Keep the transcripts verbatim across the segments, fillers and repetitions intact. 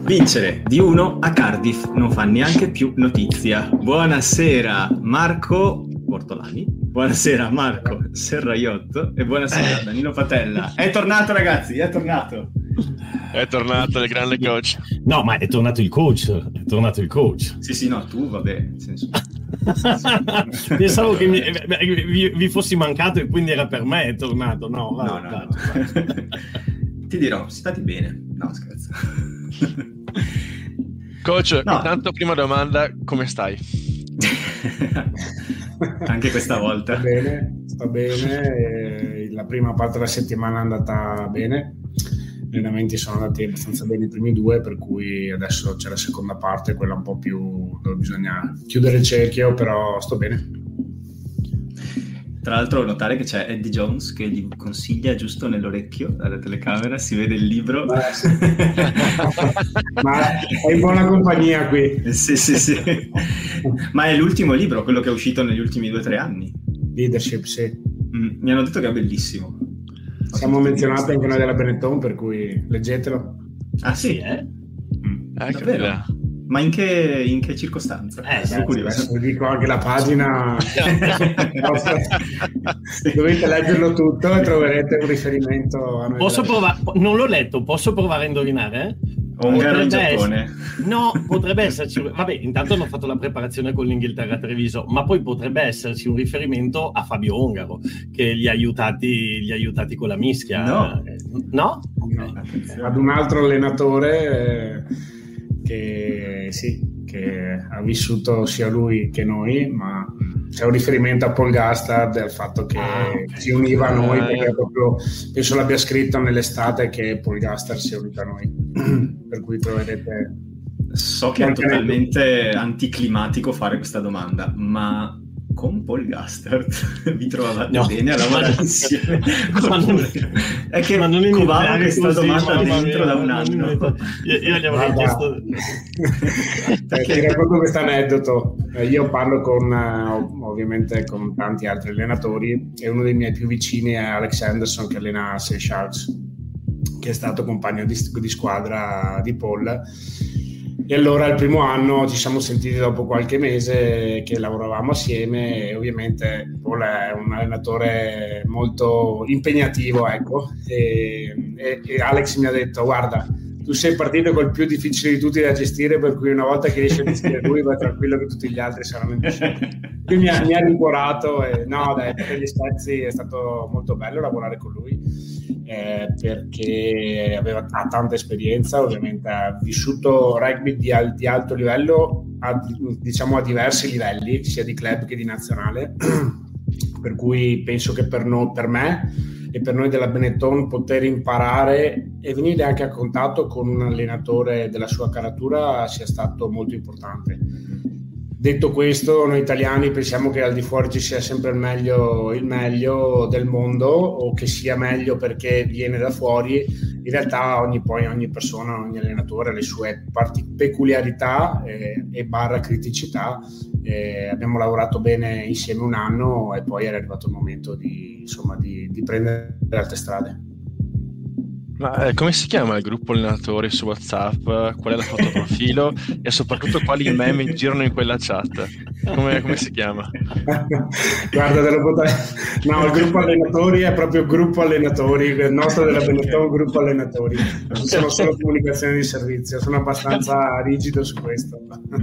Vincere di uno a Cardiff non fa neanche più notizia. Buonasera Marco Bortolani, buonasera Marco Serraiotto e buonasera Danilo Patella. È tornato ragazzi, è tornato. È tornato il grande coach. No, ma è tornato il coach, è tornato il coach. Sì, sì, no, tu vabbè, nel senso... Pensavo che mi, vi, vi fossi mancato e quindi era per me, è tornato. No, va, no, no, no. Ti dirò, stati bene. No, scherzo. Coach, no. Intanto prima domanda, come stai? Anche questa volta. Sta bene, sta bene. Eh, la prima parte della settimana è andata bene. Gli allenamenti sono andati abbastanza bene i primi due, per cui adesso c'è la seconda parte, quella un po' più dove bisogna chiudere il cerchio, però sto bene. Tra l'altro notare che c'è Eddie Jones che gli consiglia giusto nell'orecchio dalla telecamera, si vede il libro. Beh, sì. Ma è in buona compagnia qui. Sì, sì, sì. Ma è l'ultimo libro, quello che è uscito negli ultimi due o tre anni. Leadership, sì. Mm, mi hanno detto che è bellissimo. Siamo menzionati anche noi della Benetton, per cui leggetelo. Ah sì, eh? Mm, Eh, davvero? Ma in che, in che circostanza? Eh, sono curioso. Vi dico anche la pagina. Dovete leggerlo tutto e troverete un riferimento a noi. Posso provare? Non l'ho letto, posso provare a indovinare? Ungaro in Giappone. Essere... No, potrebbe esserci. Vabbè, intanto hanno fatto la preparazione con l'Inghilterra a Treviso, ma poi potrebbe esserci un riferimento a Fabio Ongaro che li ha aiutati, li ha aiutati con la mischia. No, no? Okay. No. Ad un altro allenatore. Eh... che sì, che ha vissuto sia lui che noi, ma c'è un riferimento a Paul Gastard, al fatto che ah, okay. si univa a noi, perché proprio penso l'abbia scritto nell'estate che Paul Gastard si è unito a noi, per cui troverete. So che è totalmente anticlimatico fare questa domanda, ma con Paul Gastard vi trovavate no. bene a lavorare insieme? È che covavo questa domanda dentro da un anno. Io, io gli avrei chiesto. Ti racconto questo aneddoto. Io parlo con ovviamente con tanti altri allenatori e uno dei miei più vicini è Alex Anderson, che allena Sale Sharks, che è stato compagno di, di squadra di Paul. E allora il primo anno ci siamo sentiti dopo qualche mese che lavoravamo assieme, e ovviamente Paul è un allenatore molto impegnativo, ecco, e, e, e Alex mi ha detto: guarda, tu sei partito col più difficile di tutti da gestire, per cui una volta che riesci a gestire lui vai tranquillo che tutti gli altri saranno impossibili. Quindi mi ha, mi ha rincuorato e no, dai, per gli Spezzi è stato molto bello lavorare con lui, eh, perché aveva ha tanta esperienza, ovviamente ha vissuto rugby di, al, di alto livello, a, diciamo a diversi livelli, sia di club che di nazionale, per cui penso che per, no, per me e per noi della Benetton poter imparare e venire anche a contatto con un allenatore della sua caratura sia stato molto importante. Detto questo, noi italiani pensiamo che al di fuori ci sia sempre il meglio, il meglio del mondo, o che sia meglio perché viene da fuori. In realtà ogni, poi, ogni persona, ogni allenatore ha le sue parti, peculiarità eh, e barra criticità. Eh, abbiamo lavorato bene insieme un anno e poi era arrivato il momento di, insomma, di, di prendere altre strade. Ma eh, come si chiama il gruppo allenatori su WhatsApp? Qual è la foto profilo? E soprattutto quali meme girano in quella chat? Come, come si chiama? Guarda, te lo potrei... No, il gruppo allenatori è proprio gruppo allenatori, il nostro della Benetton gruppo allenatori. Non sono solo comunicazioni di servizio, sono abbastanza rigido su questo.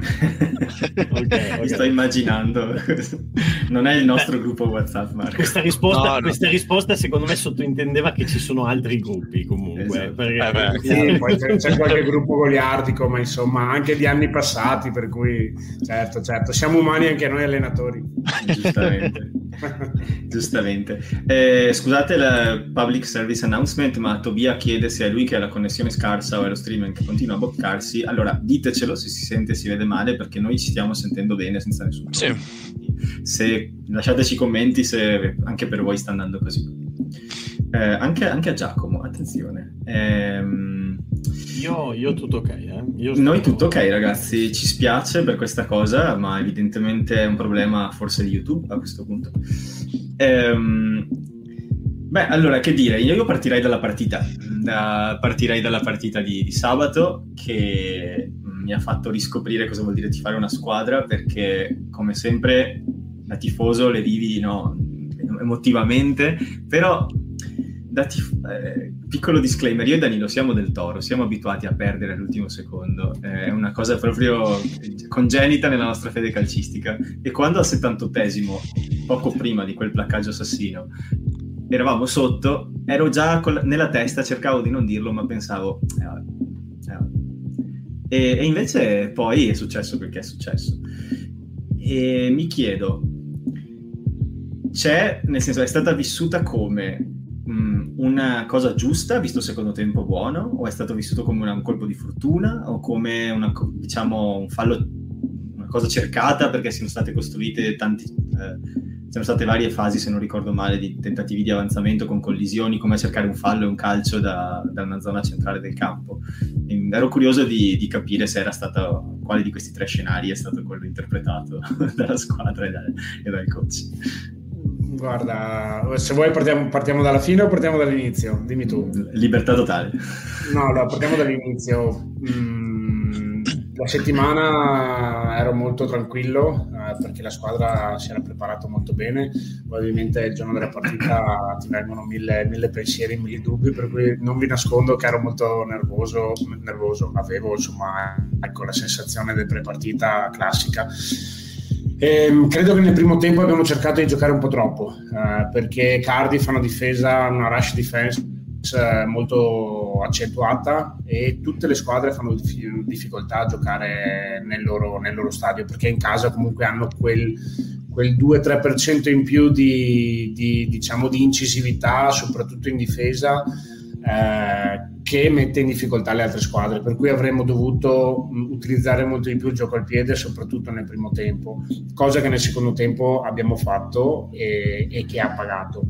Okay, okay. Mi sto immaginando. Non è il nostro Beh, gruppo WhatsApp, Marco. Questa risposta, no, no. questa risposta secondo me sottintendeva che ci sono altri gruppi comunque. Esatto. Perché... Eh beh, sì, poi c'è, c'è qualche gruppo goliardico, ma insomma anche di anni passati, per cui certo, certo, siamo umani anche noi allenatori. Giustamente. Giustamente. Eh, scusate il public service announcement, ma Tobia chiede se è lui che ha la connessione scarsa o è lo streaming che continua a boccarsi. Allora ditecelo se si sente e si vede male, perché noi ci stiamo sentendo bene senza nessun problema. Sì. Se lasciateci commenti se anche per voi sta andando così. Eh, anche, anche a Giacomo, attenzione. Ehm, io, io tutto ok, eh? Io noi tutto ok, ragazzi. Ci spiace per questa cosa, ma evidentemente è un problema forse di YouTube a questo punto. Ehm, Beh, allora, che dire, io partirei dalla partita, da, partirei dalla partita di, di sabato, che mi ha fatto riscoprire cosa vuol dire tifare una squadra, perché come sempre da tifoso le vivi, no, emotivamente, però da tif- eh, piccolo disclaimer, io e Danilo siamo del Toro, siamo abituati a perdere all'ultimo secondo, è una cosa proprio congenita nella nostra fede calcistica, e quando al settantottesimo, poco prima di quel placcaggio assassino, eravamo sotto, ero già col- nella testa, cercavo di non dirlo, ma pensavo eh, vabbè, eh, vabbè. E, e invece poi è successo quel che è successo, e mi chiedo, c'è, nel senso, è stata vissuta come mh, una cosa giusta visto il secondo tempo buono, o è stato vissuto come una, un colpo di fortuna, o come una, diciamo, un fallo, una cosa cercata, perché sono state costruite tanti eh, sono state varie fasi, se non ricordo male, di tentativi di avanzamento con collisioni, come cercare un fallo e un calcio da, da una zona centrale del campo. E ero curioso di, di capire se era stato, quale di questi tre scenari è stato quello interpretato dalla squadra e, da, e dal coach. Guarda, se vuoi partiamo, partiamo dalla fine o partiamo dall'inizio? Dimmi tu. Libertà totale. No, allora, partiamo dall'inizio. Mm, la settimana ero molto tranquillo eh, perché la squadra si era preparata molto bene. Poi ovviamente il giorno della partita ti vengono mille, mille pensieri, mille dubbi, per cui non vi nascondo che ero molto nervoso, nervoso. Avevo insomma ecco, la sensazione del pre-partita classica. E credo che nel primo tempo abbiamo cercato di giocare un po' troppo eh, perché Cardiff fa una difesa, una rush defense eh, molto accentuata, e tutte le squadre fanno dif- difficoltà a giocare nel loro, nel loro stadio, perché in casa comunque hanno quel, quel due tre per cento in più di, di, diciamo, di incisività, soprattutto in difesa, eh, che mette in difficoltà le altre squadre, per cui avremmo dovuto utilizzare molto di più il gioco al piede, soprattutto nel primo tempo, cosa che nel secondo tempo abbiamo fatto e, e che ha pagato.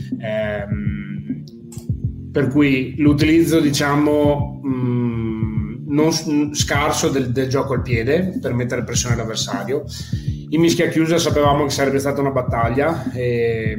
Ehm, per cui l'utilizzo, diciamo, mh, non scarso del, del gioco al piede per mettere pressione all'avversario. In mischia chiusa sapevamo che sarebbe stata una battaglia, e,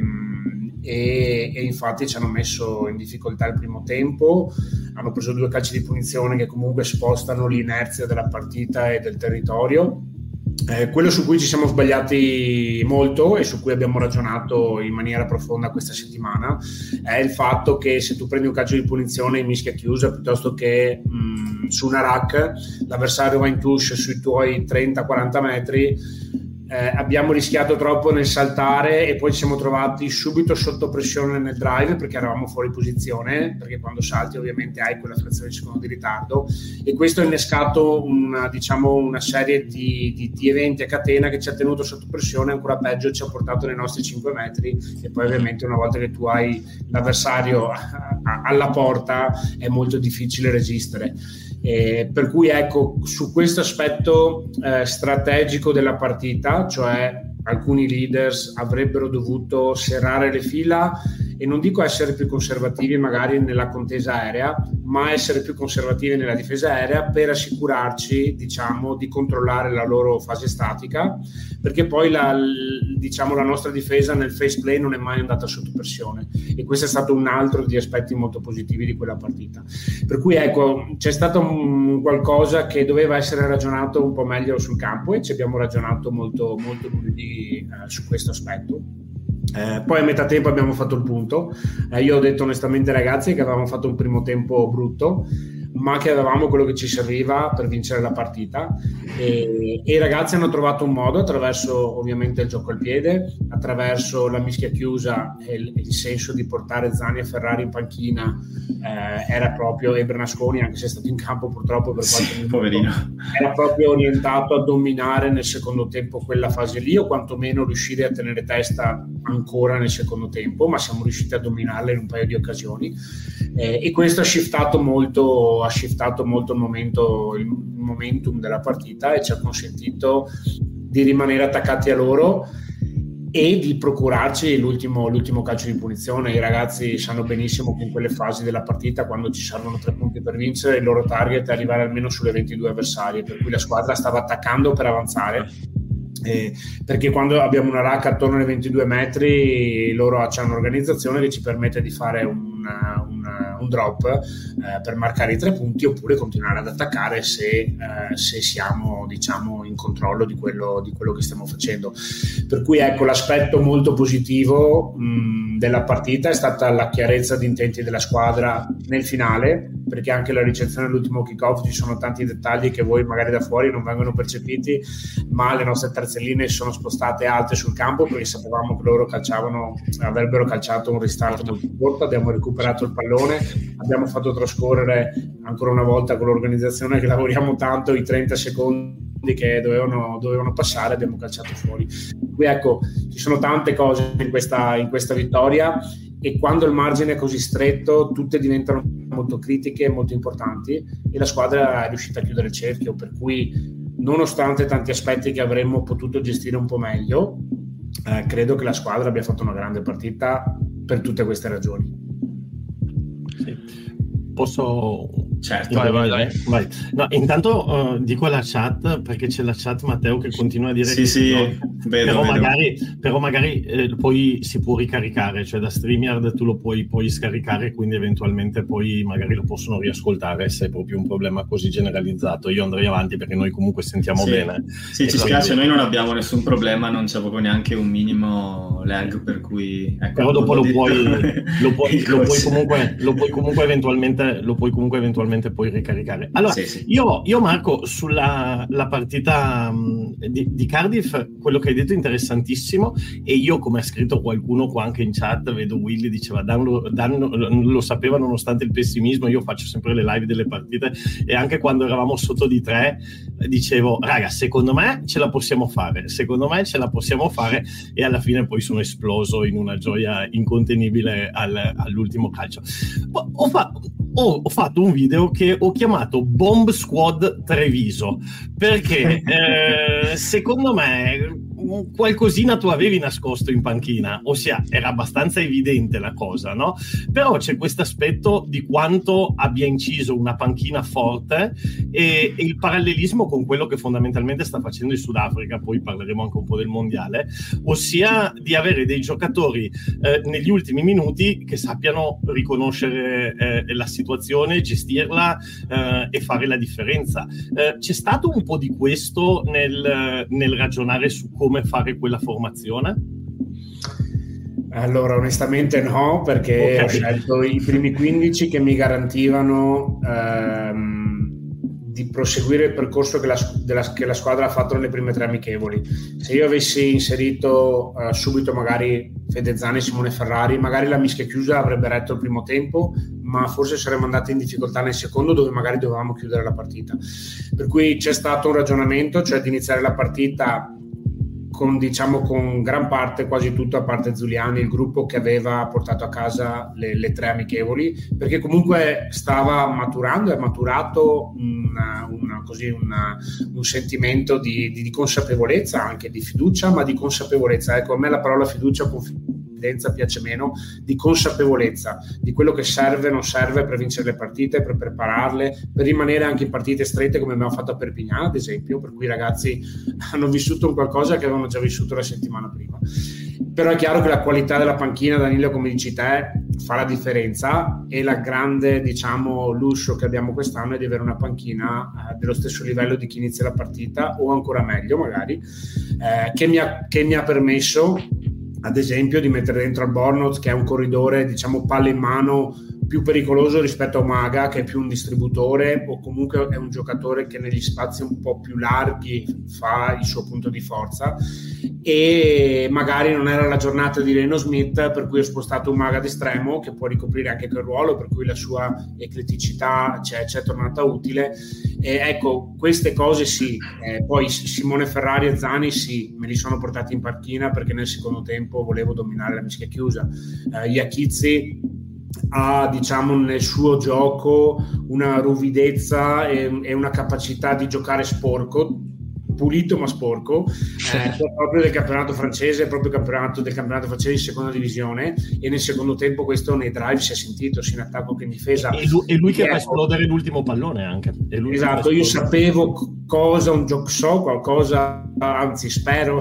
e, e infatti ci hanno messo in difficoltà il primo tempo. Hanno preso due calci di punizione che comunque spostano l'inerzia della partita e del territorio. Eh, quello su cui ci siamo sbagliati molto e su cui abbiamo ragionato in maniera profonda questa settimana è il fatto che se tu prendi un calcio di punizione in mischia chiusa piuttosto che mh, su una rack, l'avversario va in touche sui tuoi trenta quaranta metri. Eh, abbiamo rischiato troppo nel saltare e poi ci siamo trovati subito sotto pressione nel drive perché eravamo fuori posizione, perché quando salti ovviamente hai quella frazione di secondo di ritardo, e questo ha innescato una, diciamo, una serie di, di, di eventi a catena che ci ha tenuto sotto pressione. Ancora peggio, ci ha portato nei nostri cinque metri, e poi ovviamente una volta che tu hai l'avversario a, a, alla porta è molto difficile resistere. Eh, per cui ecco, su questo aspetto eh, strategico della partita, cioè alcuni leaders avrebbero dovuto serrare le fila e non dico essere più conservativi magari nella contesa aerea, ma essere più conservativi nella difesa aerea per assicurarci, diciamo, di controllare la loro fase statica, perché poi la, diciamo, la nostra difesa nel face play non è mai andata sotto pressione, e questo è stato un altro degli aspetti molto positivi di quella partita. Per cui ecco, c'è stato un, qualcosa che doveva essere ragionato un po' meglio sul campo, e ci abbiamo ragionato molto, molto lunedì eh, su questo aspetto. Eh, poi a metà tempo abbiamo fatto il punto. Eh, io ho detto onestamente ai ragazzi che avevamo fatto un primo tempo brutto, ma che avevamo quello che ci serviva per vincere la partita, e, e i ragazzi hanno trovato un modo, attraverso ovviamente il gioco al piede, attraverso la mischia chiusa e il, il senso di portare Zani e Ferrari in panchina. Eh, era proprio, e Bernasconi, anche se è stato in campo purtroppo per qualche sì, minuto, poverino, era proprio orientato a dominare nel secondo tempo quella fase lì, o quantomeno riuscire a tenere testa ancora nel secondo tempo, ma siamo riusciti a dominarla in un paio di occasioni, eh, e questo ha shiftato molto ha shiftato molto il momento il momentum della partita, e ci ha consentito di rimanere attaccati a loro e di procurarci l'ultimo, l'ultimo calcio di punizione. I ragazzi sanno benissimo che in quelle fasi della partita, quando ci servono tre punti per vincere, il loro target è arrivare almeno sulle ventidue avversarie, per cui la squadra stava attaccando per avanzare, Eh, perché quando abbiamo una racca attorno ai ventidue metri loro hanno un'organizzazione che ci permette di fare un, un, un drop eh, per marcare i tre punti oppure continuare ad attaccare se, eh, se siamo diciamo in controllo di quello, di quello che stiamo facendo. Per cui ecco, l'aspetto molto positivo mh, della partita è stata la chiarezza di intenti della squadra nel finale, perché anche la ricezione dell'ultimo kick-off ci sono tanti dettagli che voi magari da fuori non vengono percepiti, ma le nostre terzelline sono spostate alte sul campo perché sapevamo che loro calciavano, avrebbero calciato un ristart molto corto. Abbiamo recuperato il pallone, abbiamo fatto trascorrere ancora una volta con l'organizzazione che lavoriamo tanto i trenta secondi che dovevano, dovevano passare, abbiamo calciato fuori. Qui ecco, ci sono tante cose in questa, in questa vittoria, e quando il margine è così stretto tutte diventano molto critiche e molto importanti, e la squadra è riuscita a chiudere il cerchio, per cui nonostante tanti aspetti che avremmo potuto gestire un po' meglio, eh, credo che la squadra abbia fatto una grande partita per tutte queste ragioni. Sì. Posso... Certo, vai, vai, vai. vai. No, intanto uh, dico alla chat, perché c'è la chat Matteo che continua a dire sì, che sì, no, vedo, però, vedo. Magari, però magari eh, poi si può ricaricare, cioè da StreamYard tu lo puoi poi scaricare, quindi eventualmente poi magari lo possono riascoltare se è proprio un problema così generalizzato. Io andrei avanti perché noi comunque sentiamo sì. bene. Sì, ci spiace, noi non abbiamo nessun problema, non c'è proprio neanche un minimo lag, per cui ecco, però dopo lo puoi, lo puoi, lo puoi comunque lo puoi comunque eventualmente lo puoi comunque eventualmente poi ricaricare. Allora, sì, sì. Io, io Marco, sulla la partita um, di, di Cardiff, quello che hai detto è interessantissimo, e io, come ha scritto qualcuno qua anche in chat, vedo Willy diceva Dan lo, Dan lo sapeva nonostante il pessimismo. Io faccio sempre le live delle partite e anche quando eravamo sotto di tre dicevo, raga, secondo me ce la possiamo fare, secondo me ce la possiamo fare, e alla fine poi sono esploso in una gioia incontenibile al, all'ultimo calcio. Ho, fa, ho, ho fatto un video che ho chiamato Bomb Squad Treviso, perché eh, secondo me qualcosina tu avevi nascosto in panchina, ossia era abbastanza evidente la cosa, no? Però c'è questo aspetto di quanto abbia inciso una panchina forte e, e il parallelismo con quello che fondamentalmente sta facendo il Sudafrica, poi parleremo anche un po' del mondiale, ossia di avere dei giocatori eh, negli ultimi minuti che sappiano riconoscere eh, la situazione, gestirla eh, e fare la differenza. Eh, c'è stato un po' di questo nel, nel ragionare su come fare quella formazione? Allora, onestamente no, perché okay. ho scelto i primi quindici che mi garantivano ehm, di proseguire il percorso che la, della, che la squadra ha fatto nelle prime tre amichevoli. Se io avessi inserito uh, subito magari Fede Zani e Simone Ferrari, magari la mischia chiusa avrebbe retto il primo tempo, ma forse saremmo andati in difficoltà nel secondo, dove magari dovevamo chiudere la partita. Per cui c'è stato un ragionamento, cioè di iniziare la partita con, diciamo, con gran parte, quasi tutto, a parte Zuliani, il gruppo che aveva portato a casa le, le tre amichevoli, perché comunque stava maturando, è maturato una, una, così una, un sentimento di, di, di consapevolezza, anche di fiducia, ma di consapevolezza. Ecco, a me la parola fiducia piace meno, di consapevolezza di quello che serve, non serve per vincere le partite, per prepararle, per rimanere anche in partite strette, come abbiamo fatto a Perpignan ad esempio, per cui i ragazzi hanno vissuto un qualcosa che avevano già vissuto la settimana prima. Però è chiaro che la qualità della panchina, Danilo, come dici te, fa la differenza, e la grande, diciamo, luscio che abbiamo quest'anno è di avere una panchina eh, dello stesso livello di chi inizia la partita, o ancora meglio magari, eh, che mi ha, che mi ha permesso ad esempio di mettere dentro Albornoz, che è un corridore, diciamo, palla in mano, più pericoloso rispetto a Umaga, che è più un distributore, o comunque è un giocatore che negli spazi un po' più larghi fa il suo punto di forza, e magari non era la giornata di Reno Smith, per cui ho spostato Umaga d'estremo, che può ricoprire anche quel ruolo, per cui la sua ecletticità ci è tornata utile. E ecco, queste cose sì. Eh, poi Simone Ferrari e Zani sì, me li sono portati in panchina perché nel secondo tempo volevo dominare la mischia chiusa. eh, Iachizzi ha, diciamo, nel suo gioco una ruvidezza e, e una capacità di giocare sporco, pulito ma sporco, eh, proprio del campionato francese, proprio campionato del campionato francese di seconda divisione, e nel secondo tempo questo nei drive si è sentito, sia in attacco che in difesa. E lui, e lui che fa esplodere l'ultimo pallone anche. E lui esatto, io sapevo cosa un gioco, so qualcosa, anzi spero,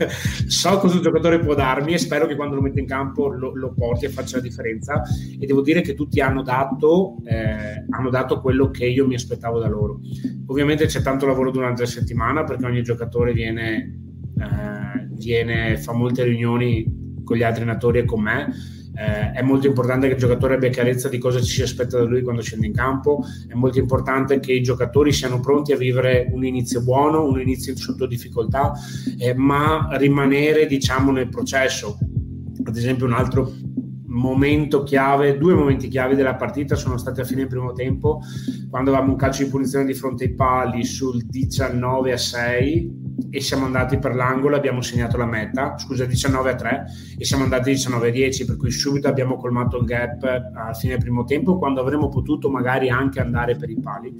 so cosa un giocatore può darmi e spero che quando lo metto in campo lo, lo porti e faccia la differenza, e devo dire che tutti hanno dato, eh, hanno dato quello che io mi aspettavo da loro. Ovviamente c'è tanto lavoro durante la settimana perché ogni giocatore viene, eh, viene fa molte riunioni con gli altri allenatori e con me. Eh, è molto importante che il giocatore abbia chiarezza di cosa ci si aspetta da lui quando scende in campo, è molto importante che i giocatori siano pronti a vivere un inizio buono, un inizio sotto difficoltà, eh, ma rimanere, diciamo, nel processo. Ad esempio, un altro momento chiave, due momenti chiave della partita sono stati a fine primo tempo, quando avevamo un calcio di punizione di fronte ai pali sul diciannove a sei e siamo andati per l'angolo, abbiamo segnato la meta, scusa, diciannove a tre, e siamo andati diciannove a dieci, per cui subito abbiamo colmato il gap a fine primo tempo, quando avremmo potuto magari anche andare per i pali.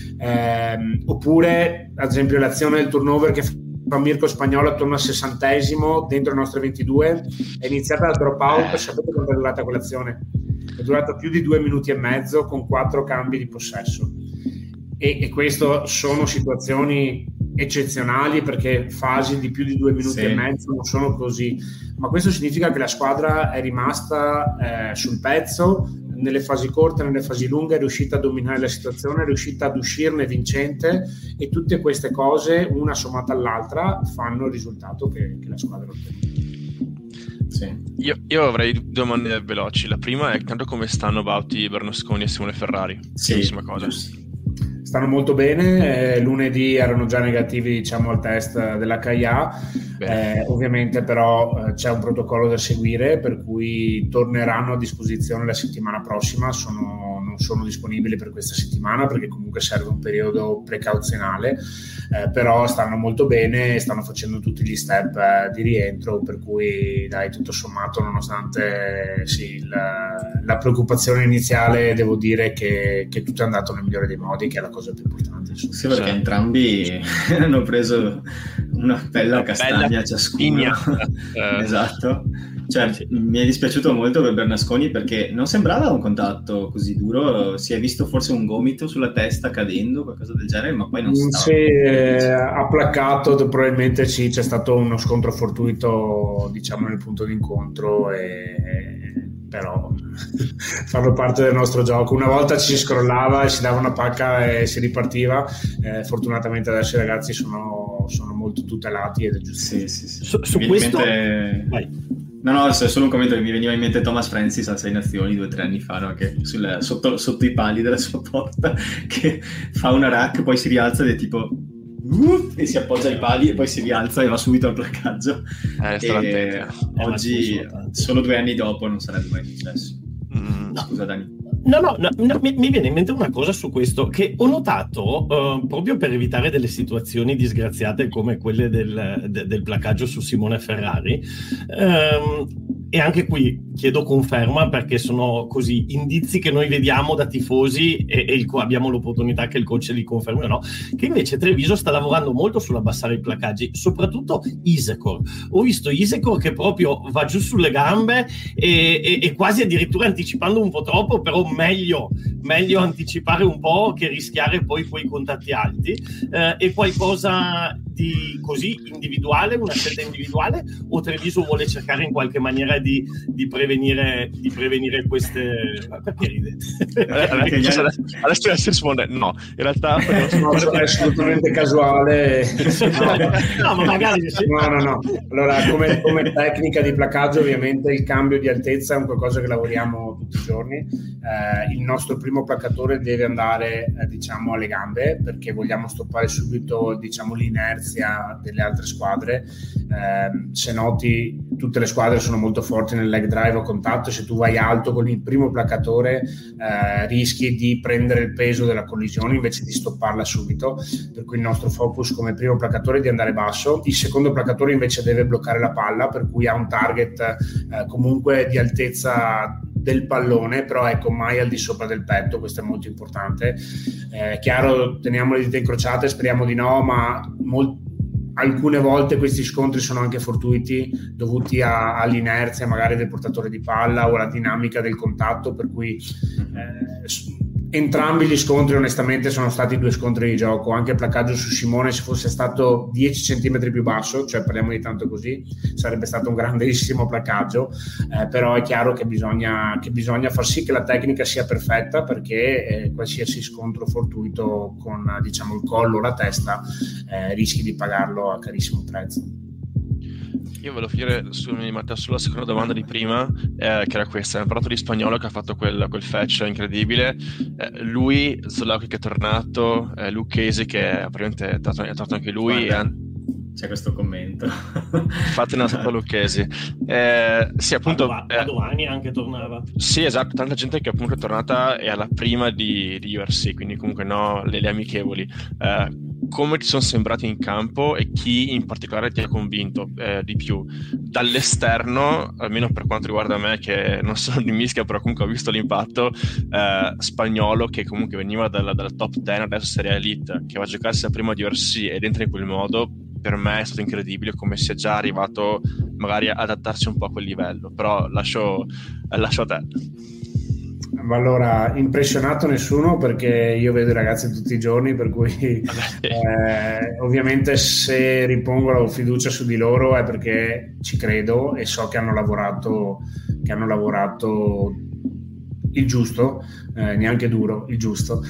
Eh, oppure, ad esempio, l'azione del turnover che fa Mirko Spagnolo attorno al sessantesimo dentro le nostre ventidue, è iniziata dal drop out. Sapete quanto è durata quell'azione? È durata più di due minuti e mezzo con quattro cambi di possesso, e, e questo sono situazioni eccezionali perché fasi di più di due minuti sì. e mezzo non sono così, ma questo significa che la squadra è rimasta eh, sul pezzo nelle fasi corte, nelle fasi lunghe, è riuscita a dominare la situazione, è riuscita ad uscirne vincente, e tutte queste cose, una sommata all'altra, fanno il risultato che, che la squadra ha ottenuto. Sì. Io, io avrei due domande veloci. La prima è: tanto come stanno Bauti, Bernasconi e Simone Ferrari? Sì, cosa. Stanno molto bene, eh, lunedì erano già negativi, diciamo, al test dell'H I A, eh, ovviamente però eh, c'è un protocollo da seguire, per cui torneranno a disposizione la settimana prossima. Sono, non sono disponibili per questa settimana perché comunque serve un periodo precauzionale, eh, però stanno molto bene, stanno facendo tutti gli step eh, di rientro, per cui dai, tutto sommato, nonostante sì, la, la preoccupazione iniziale, devo dire che, che tutto è andato nel migliore dei modi, che è la cosa più importante. Sì, perché cioè, entrambi hanno preso una bella castagna bella ciascuno. Esatto. Cioè, sì. Mi è dispiaciuto molto per Bernasconi perché non sembrava un contatto così duro, si è visto forse un gomito sulla testa cadendo, qualcosa del genere, ma poi non stava. Sì, eh, ha placcato, probabilmente sì, c'è stato uno scontro fortuito, diciamo, nel punto d'incontro, e però fanno parte del nostro gioco. Una volta ci si scrollava e si dava una pacca e si ripartiva, eh, fortunatamente adesso i ragazzi sono, sono molto tutelati ed è giusto. Sì, sì, sì. Su, su questo vai. No, no, è solo un commento che mi veniva in mente Thomas Francis al Sei Nazioni due o tre anni fa, no? Che sul, sotto, sotto i pali della sua porta, che fa una rack, poi si rialza ed è tipo uh, e si appoggia ai pali e poi si rialza e va subito al placcaggio. Eh, e oggi, solo due anni dopo, non sarebbe mai successo. Mm. No. Scusa Dani. No, no, no, no mi, mi viene in mente una cosa su questo che ho notato, uh, proprio per evitare delle situazioni disgraziate come quelle del, de, del placaggio su Simone Ferrari. Um, e anche qui chiedo conferma, perché sono così indizi che noi vediamo da tifosi e, e il, abbiamo l'opportunità che il coach li confermi o no, che invece Treviso sta lavorando molto sull'abbassare i placaggi, soprattutto Isecor. Ho visto Isecor che proprio va giù sulle gambe e, e, e quasi addirittura anticipando un po' troppo, però meglio, meglio anticipare un po' che rischiare poi quei contatti alti. Eh, è qualcosa di così individuale, una scelta individuale, o Treviso vuole cercare in qualche maniera di, di prevenire di prevenire queste... Perché ridete? Adesso, adesso si risponde no, in realtà no, è assolutamente casuale. No, no, ma magari no, no, no. Allora, come, come tecnica di placaggio, ovviamente il cambio di altezza è un qualcosa che lavoriamo tutti i giorni. Eh, il nostro primo placatore deve andare eh, diciamo alle gambe, perché vogliamo stoppare subito, diciamo, l'inerzia delle altre squadre. Eh, se noti, tutte le squadre sono molto forti nel leg drive a contatto. Se tu vai alto con il primo placatore eh, rischi di prendere il peso della collisione invece di stopparla subito, per cui il nostro focus come primo placatore è di andare basso. Il secondo placatore invece deve bloccare la palla, per cui ha un target eh, comunque di altezza del pallone, però ecco, mai al di sopra del petto. Questo è molto importante. Eh, chiaro, teniamo le dita incrociate, speriamo di no, ma molto alcune volte questi scontri sono anche fortuiti, dovuti a, all'inerzia magari del portatore di palla o alla dinamica del contatto, per cui eh, Entrambi gli scontri onestamente sono stati due scontri di gioco, anche il placcaggio su Simone, se fosse stato dieci centimetri più basso, cioè parliamo di tanto così, sarebbe stato un grandissimo placcaggio, eh, però è chiaro che bisogna, che bisogna far sì che la tecnica sia perfetta, perché eh, qualsiasi scontro fortuito con diciamo il collo o la testa eh, rischi di pagarlo a carissimo prezzo. Io volevo finire su, Matteo, sulla seconda domanda di prima, eh, che era questa. Abbiamo parlato di Spagnolo che ha fatto quel, quel fetch incredibile, eh, lui, Zolauki che è tornato, eh, Luke Casey che praticamente è tornato, è tornato anche lui. Guarda, e... c'è questo commento. Infatti non ha stato Luke Casey. Eh, sì, appunto... Padovani eh, anche tornava. Sì, esatto, tanta gente che appunto è tornata e alla prima di, di U F C, quindi comunque no, le, le amichevoli. Eh, come ti sono sembrati in campo e chi in particolare ti ha convinto eh, di più dall'esterno, almeno per quanto riguarda me che non sono di mischia, però comunque ho visto l'impatto. eh, Spagnolo che comunque veniva dalla, dalla top dieci, adesso Serie Elite, che va a giocarsi la prima di U F C ed entra in quel modo, per me è stato incredibile come sia già arrivato magari ad adattarsi un po' a quel livello, però lascio, lascio a te. Allora, impressionato nessuno, perché io vedo i ragazzi tutti i giorni, per cui eh, ovviamente se ripongo la fiducia su di loro è perché ci credo e so che hanno lavorato che hanno lavorato il giusto, eh, neanche duro, il giusto.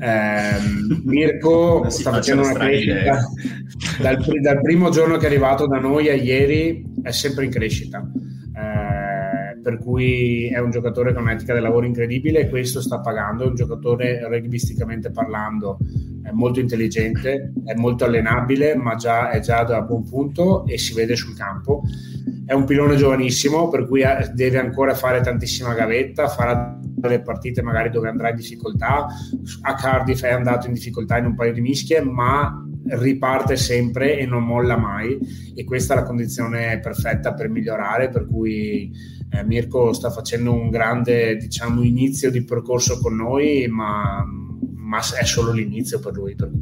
Eh, Mirko sta facendo una crescita dal, dal primo giorno che è arrivato da noi a ieri, è sempre in crescita. Eh, per cui è un giocatore con un'etica del lavoro incredibile e questo sta pagando. È un giocatore rugbisticamente parlando, è molto intelligente, è molto allenabile, ma già è già da buon punto e si vede sul campo. È un pilone giovanissimo, per cui deve ancora fare tantissima gavetta, farà delle partite magari dove andrà in difficoltà. A Cardiff è andato in difficoltà in un paio di mischie, ma riparte sempre e non molla mai, e questa è la condizione perfetta per migliorare, per cui eh, Mirko sta facendo un grande, diciamo, inizio di percorso con noi, ma, ma è solo l'inizio per lui, per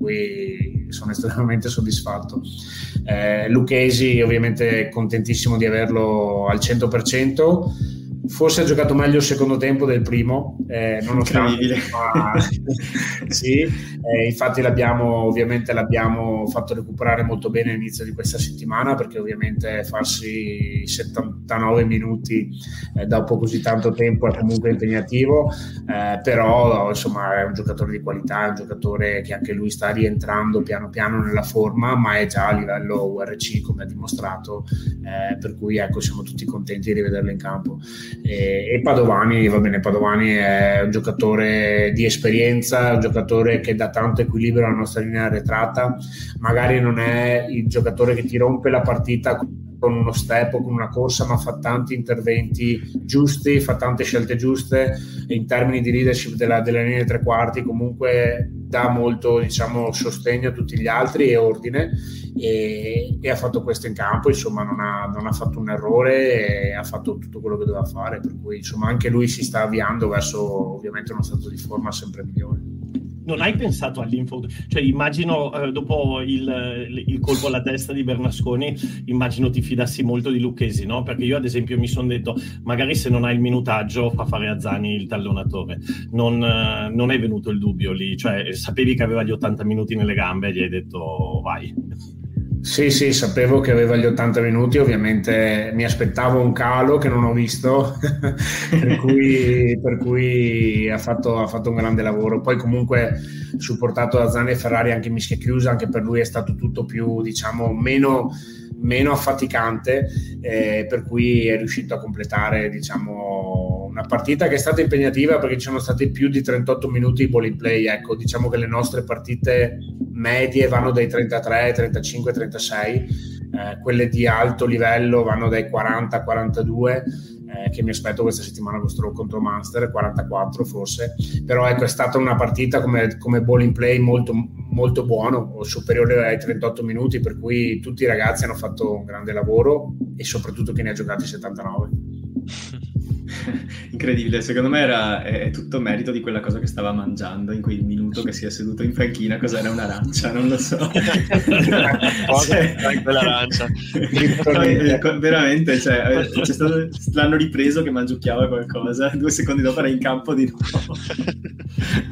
cui sono estremamente soddisfatto. eh, Lucchesi ovviamente contentissimo di averlo al cento per cento. Forse ha giocato meglio il secondo tempo del primo, eh, nonostante, ma, sì, eh, infatti l'abbiamo ovviamente l'abbiamo fatto recuperare molto bene all'inizio di questa settimana, perché ovviamente farsi settantanove minuti eh, dopo così tanto tempo è comunque impegnativo, eh, però insomma è un giocatore di qualità, è un giocatore che anche lui sta rientrando piano piano nella forma, ma è già a livello U R C, come ha dimostrato, eh, per cui ecco, siamo tutti contenti di rivederlo in campo. E, e Padovani, va bene, Padovani è un giocatore di esperienza, un giocatore che dà tanto equilibrio alla nostra linea arretrata, magari non è il giocatore che ti rompe la partita con uno step o con una corsa, ma fa tanti interventi giusti, fa tante scelte giuste in termini di leadership della, della linea dei tre quarti, comunque dà molto, diciamo, sostegno a tutti gli altri e ordine, e, e ha fatto questo in campo, insomma non ha, non ha fatto un errore e ha fatto tutto quello che doveva fare, per cui insomma anche lui si sta avviando verso ovviamente uno stato di forma sempre migliore. Non hai pensato all'info? Cioè immagino eh, dopo il, il colpo alla testa di Bernasconi, immagino ti fidassi molto di Lucchesi, no? Perché io ad esempio mi sono detto magari se non hai il minutaggio fa fare a Zani il tallonatore. Non, eh, non è venuto il dubbio lì? Cioè sapevi che aveva gli ottanta minuti nelle gambe e gli hai detto vai? Sì, sì, sapevo che aveva gli ottanta minuti, ovviamente mi aspettavo un calo che non ho visto, per cui, per cui ha, fatto, ha fatto un grande lavoro. Poi comunque supportato da Zani e Ferrari anche in mischia chiusa, anche per lui è stato tutto più, diciamo, meno, meno affaticante, eh, per cui è riuscito a completare, diciamo, una partita che è stata impegnativa, perché ci sono stati più di trentotto minuti di ball in play. Ecco, diciamo che le nostre partite medie vanno dai trentatré, trentacinque, trentasei, eh, quelle di alto livello vanno dai quaranta, quarantadue, eh, che mi aspetto questa settimana contro, contro Munster, quarantaquattro forse, però ecco, è stata una partita come, come ball in play molto, molto buono, o superiore ai trentotto minuti, per cui tutti i ragazzi hanno fatto un grande lavoro e soprattutto chi ne ha giocati settantanove. Incredibile, secondo me era è tutto merito di quella cosa che stava mangiando in quel minuto che si è seduto in panchina. Cos'era, un'arancia? Non lo so. Cioè, quell'arancia veramente, cioè, c'è stato, l'hanno ripreso che mangiucchiava qualcosa, due secondi dopo era in campo di nuovo.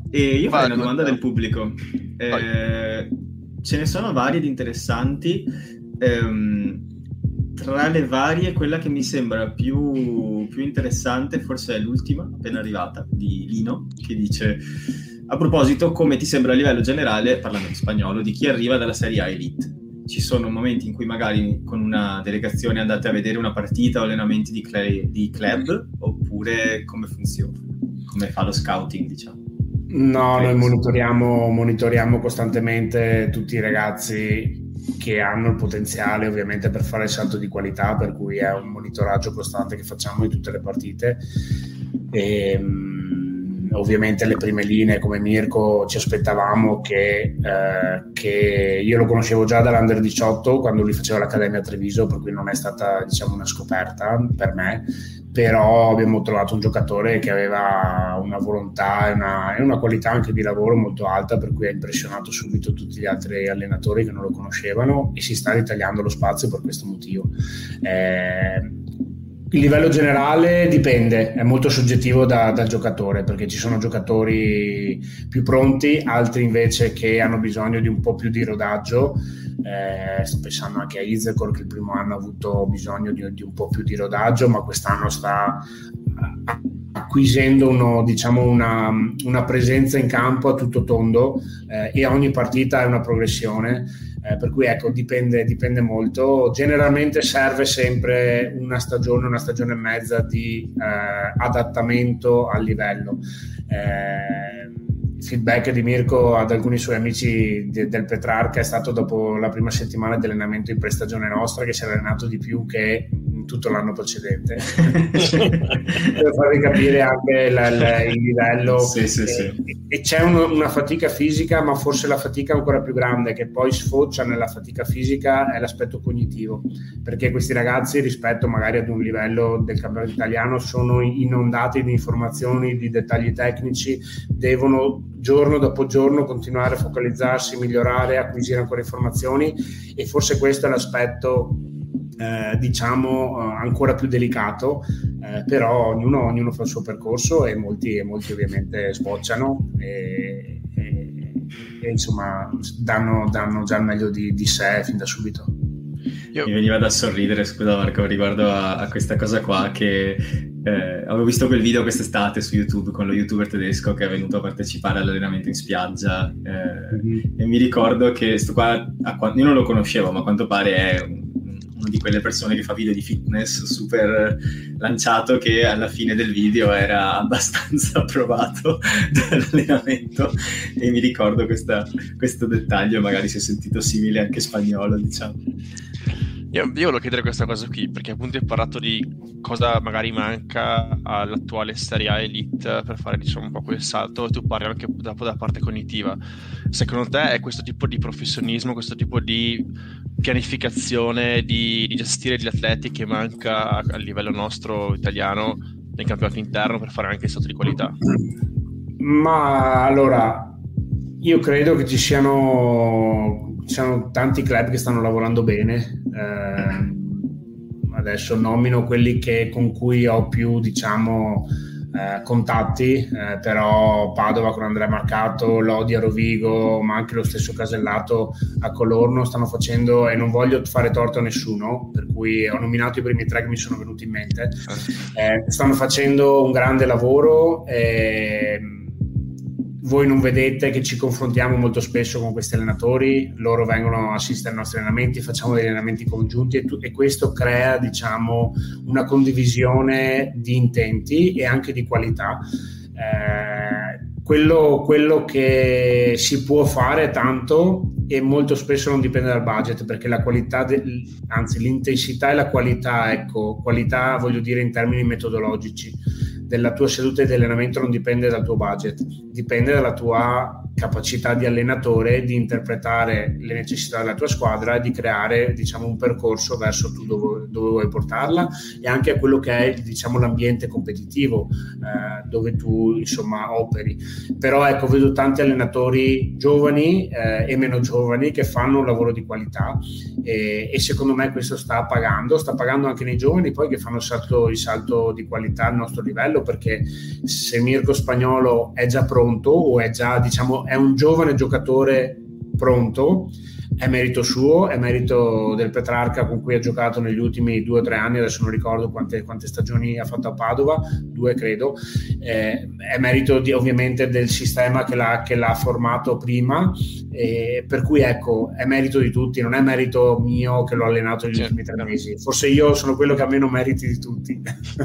E io farei Vai, una domanda vai. del pubblico. Eh, ce ne sono varie ed interessanti. Ehm, tra le varie, quella che mi sembra più, più interessante forse è l'ultima, appena arrivata, di Lino, che dice: a proposito, come ti sembra a livello generale, parlando in spagnolo, di chi arriva dalla Serie A Elite? Ci sono momenti in cui magari con una delegazione andate a vedere una partita o allenamenti di, cl- di club, oppure come funziona? Come fa lo scouting, diciamo? No, Credo noi sì. monitoriamo, monitoriamo costantemente tutti i ragazzi che hanno il potenziale ovviamente per fare il salto di qualità, per cui è un monitoraggio costante che facciamo in tutte le partite. E, um, ovviamente le prime linee come Mirko ci aspettavamo che, eh, che io lo conoscevo già dall'Under diciotto quando lui faceva l'Accademia a Treviso, per cui non è stata, diciamo, una scoperta per me, però abbiamo trovato un giocatore che aveva una volontà e una, e una qualità anche di lavoro molto alta, per cui ha impressionato subito tutti gli altri allenatori che non lo conoscevano, e si sta ritagliando lo spazio per questo motivo. Eh, il livello generale dipende, è molto soggettivo da, dal giocatore, perché ci sono giocatori più pronti, altri invece che hanno bisogno di un po' più di rodaggio. Eh, sto pensando anche a Izekor, che il primo anno ha avuto bisogno di, di un po' più di rodaggio, ma quest'anno sta acquisendo uno, diciamo una, una presenza in campo a tutto tondo, eh, e ogni partita è una progressione, eh, per cui ecco, dipende, dipende molto. Generalmente serve sempre una stagione, una stagione e mezza di eh, adattamento al livello. Eh, il feedback di Mirko ad alcuni suoi amici de, del Petrarca è stato dopo la prima settimana di allenamento in prestagione nostra, che si è allenato di più che in tutto l'anno precedente per farvi capire anche la, la, il livello. Sì, sì, e, sì. e c'è un, una fatica fisica, ma forse la fatica ancora più grande che poi sfocia nella fatica fisica è l'aspetto cognitivo, perché questi ragazzi rispetto magari ad un livello del campionato italiano sono inondati di informazioni, di dettagli tecnici, devono giorno dopo giorno continuare a focalizzarsi, migliorare, acquisire ancora informazioni, e forse questo è l'aspetto eh, diciamo eh, ancora più delicato, eh, però ognuno, ognuno fa il suo percorso, e molti, e molti ovviamente sbocciano e, e, e insomma danno, danno già il meglio di, di sé fin da subito. Io... Mi veniva da sorridere, scusa Marco, riguardo a, a questa cosa qua, che eh, avevo visto quel video quest'estate su YouTube con lo youtuber tedesco che è venuto a partecipare all'allenamento in spiaggia, eh, mm-hmm. e mi ricordo che sto qua, a, io non lo conoscevo, ma a quanto pare è un, una di quelle persone che fa video di fitness super lanciato, che alla fine del video era abbastanza approvato dall'allenamento, e mi ricordo questa, questo dettaglio, magari si è sentito simile anche spagnolo, diciamo. Io, io volevo chiedere questa cosa qui, perché appunto hai parlato di cosa magari manca all'attuale Serie A Elite per fare, diciamo, un po' quel salto, e tu parli anche dopo da parte cognitiva. Secondo te è questo tipo di professionismo, questo tipo di pianificazione, di, di gestire gli atleti che manca a, a livello nostro italiano nel campionato interno per fare anche il salto di qualità? Ma allora, io credo che ci siano... Ci sono tanti club che stanno lavorando bene, eh, adesso nomino quelli che, con cui ho più, diciamo, eh, contatti, eh, però Padova con Andrea Marcato, Lodi a Rovigo, ma anche lo stesso Casellato a Colorno stanno facendo, e non voglio fare torto a nessuno, per cui ho nominato i primi tre che mi sono venuti in mente, eh, stanno facendo un grande lavoro. eh, Voi non vedete che ci confrontiamo molto spesso con questi allenatori, loro vengono a assistere ai nostri allenamenti, facciamo degli allenamenti congiunti, e, tu, e questo crea, diciamo, una condivisione di intenti e anche di qualità. Eh, quello, quello che si può fare tanto, e molto spesso non dipende dal budget, perché la qualità, de, anzi l'intensità e la qualità, ecco, qualità voglio dire in termini metodologici, della tua seduta di allenamento non dipende dal tuo budget, dipende dalla tua capacità di allenatore di interpretare le necessità della tua squadra e di creare, diciamo, un percorso verso tu dove, dove vuoi portarla, e anche a quello che è, diciamo, l'ambiente competitivo eh, dove tu insomma operi. Però ecco, vedo tanti allenatori giovani eh, e meno giovani che fanno un lavoro di qualità, e, e secondo me questo sta pagando sta pagando anche nei giovani poi che fanno il salto, il salto di qualità al nostro livello, perché se Mirko Spagnolo è già pronto o è già, diciamo, è un giovane giocatore pronto, è merito suo, è merito del Petrarca con cui ha giocato negli ultimi due o tre anni, adesso non ricordo quante, quante stagioni ha fatto a Padova, due credo, eh, è merito di, ovviamente del sistema che l'ha, che l'ha formato prima, eh, per cui ecco, è merito di tutti, non è merito mio che l'ho allenato negli certo. ultimi tre mesi, forse io sono quello che ha meno meriti di tutti.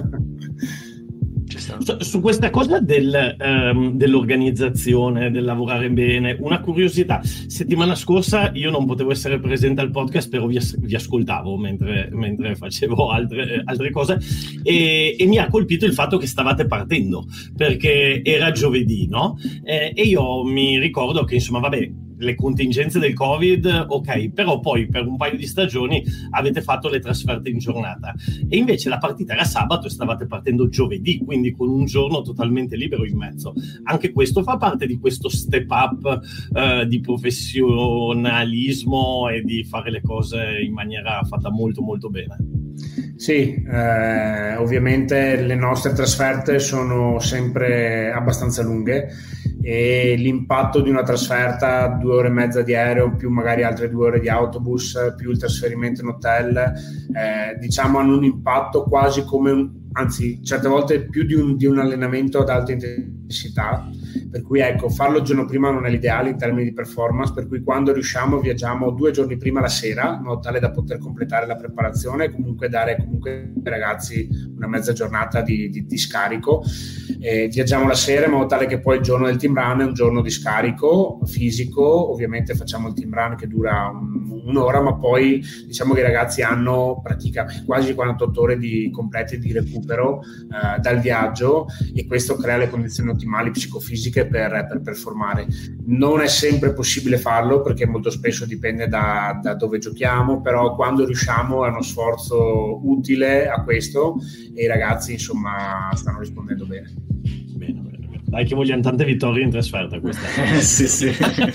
Su, su questa cosa del, um, dell'organizzazione, del lavorare bene, una curiosità: settimana scorsa io non potevo essere presente al podcast, però vi, as- vi ascoltavo mentre, mentre facevo altre, altre cose, e, e mi ha colpito il fatto che stavate partendo, perché era giovedì, no? Eh, e io mi ricordo che, insomma, vabbè, le contingenze del Covid, ok, però poi per un paio di stagioni avete fatto le trasferte in giornata, e invece la partita era sabato e stavate partendo giovedì, quindi con un giorno totalmente libero in mezzo. Anche questo fa parte di questo step up eh, di professionalismo e di fare le cose in maniera fatta molto molto bene. Sì, eh, ovviamente le nostre trasferte sono sempre abbastanza lunghe, e l'impatto di una trasferta, due ore e mezza di aereo più magari altre due ore di autobus più il trasferimento in hotel, eh, diciamo hanno un impatto quasi come un, anzi certe volte più di un, di un allenamento ad alta intensità, per cui ecco, farlo il giorno prima non è l'ideale in termini di performance, per cui quando riusciamo viaggiamo due giorni prima la sera, in modo tale da poter completare la preparazione e comunque dare comunque ai ragazzi una mezza giornata di, di, di scarico. Eh, viaggiamo la sera in modo tale che poi il giorno del team run è un giorno di scarico fisico, ovviamente facciamo il team run che dura un, un'ora, ma poi diciamo che i ragazzi hanno praticamente quasi quarantotto ore di complete di recupero eh, dal viaggio, e questo crea le condizioni ottimali psicofisiche per, per performare. Non è sempre possibile farlo perché molto spesso dipende da, da dove giochiamo, però quando riusciamo è uno sforzo utile a questo, e i ragazzi insomma stanno rispondendo bene. Bene, bene, bene. Dai che vogliamo tante vittorie in trasferta questa. Sì, sì.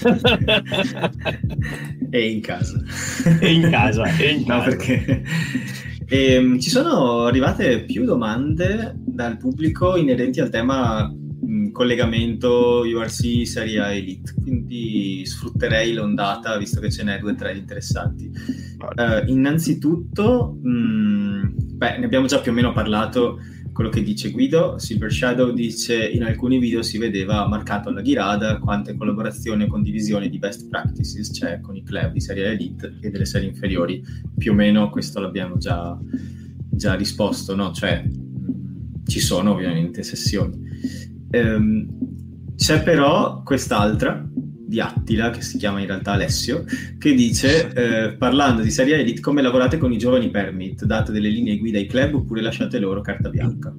E in casa. E in casa, e in casa. No, perché ehm, ci sono arrivate più domande dal pubblico inerenti al tema mh, collegamento U R C Serie A Elite, quindi sfrutterei l'ondata visto che ce n'è due o tre interessanti. Uh, innanzitutto mh, beh, ne abbiamo già più o meno parlato. Quello che dice Guido, Silver Shadow dice: in alcuni video si vedeva marcato alla ghirada quante collaborazioni e condivisioni di best practices c'è con i club di Serie Elite e delle serie inferiori. Più o meno questo l'abbiamo già, già risposto, no? Cioè mh, ci sono ovviamente sessioni. Ehm, c'è però quest'altra di Attila, che si chiama in realtà Alessio, che dice eh, parlando di Serie Elite, come lavorate con i giovani permit? Date delle linee guida ai club oppure lasciate loro carta bianca?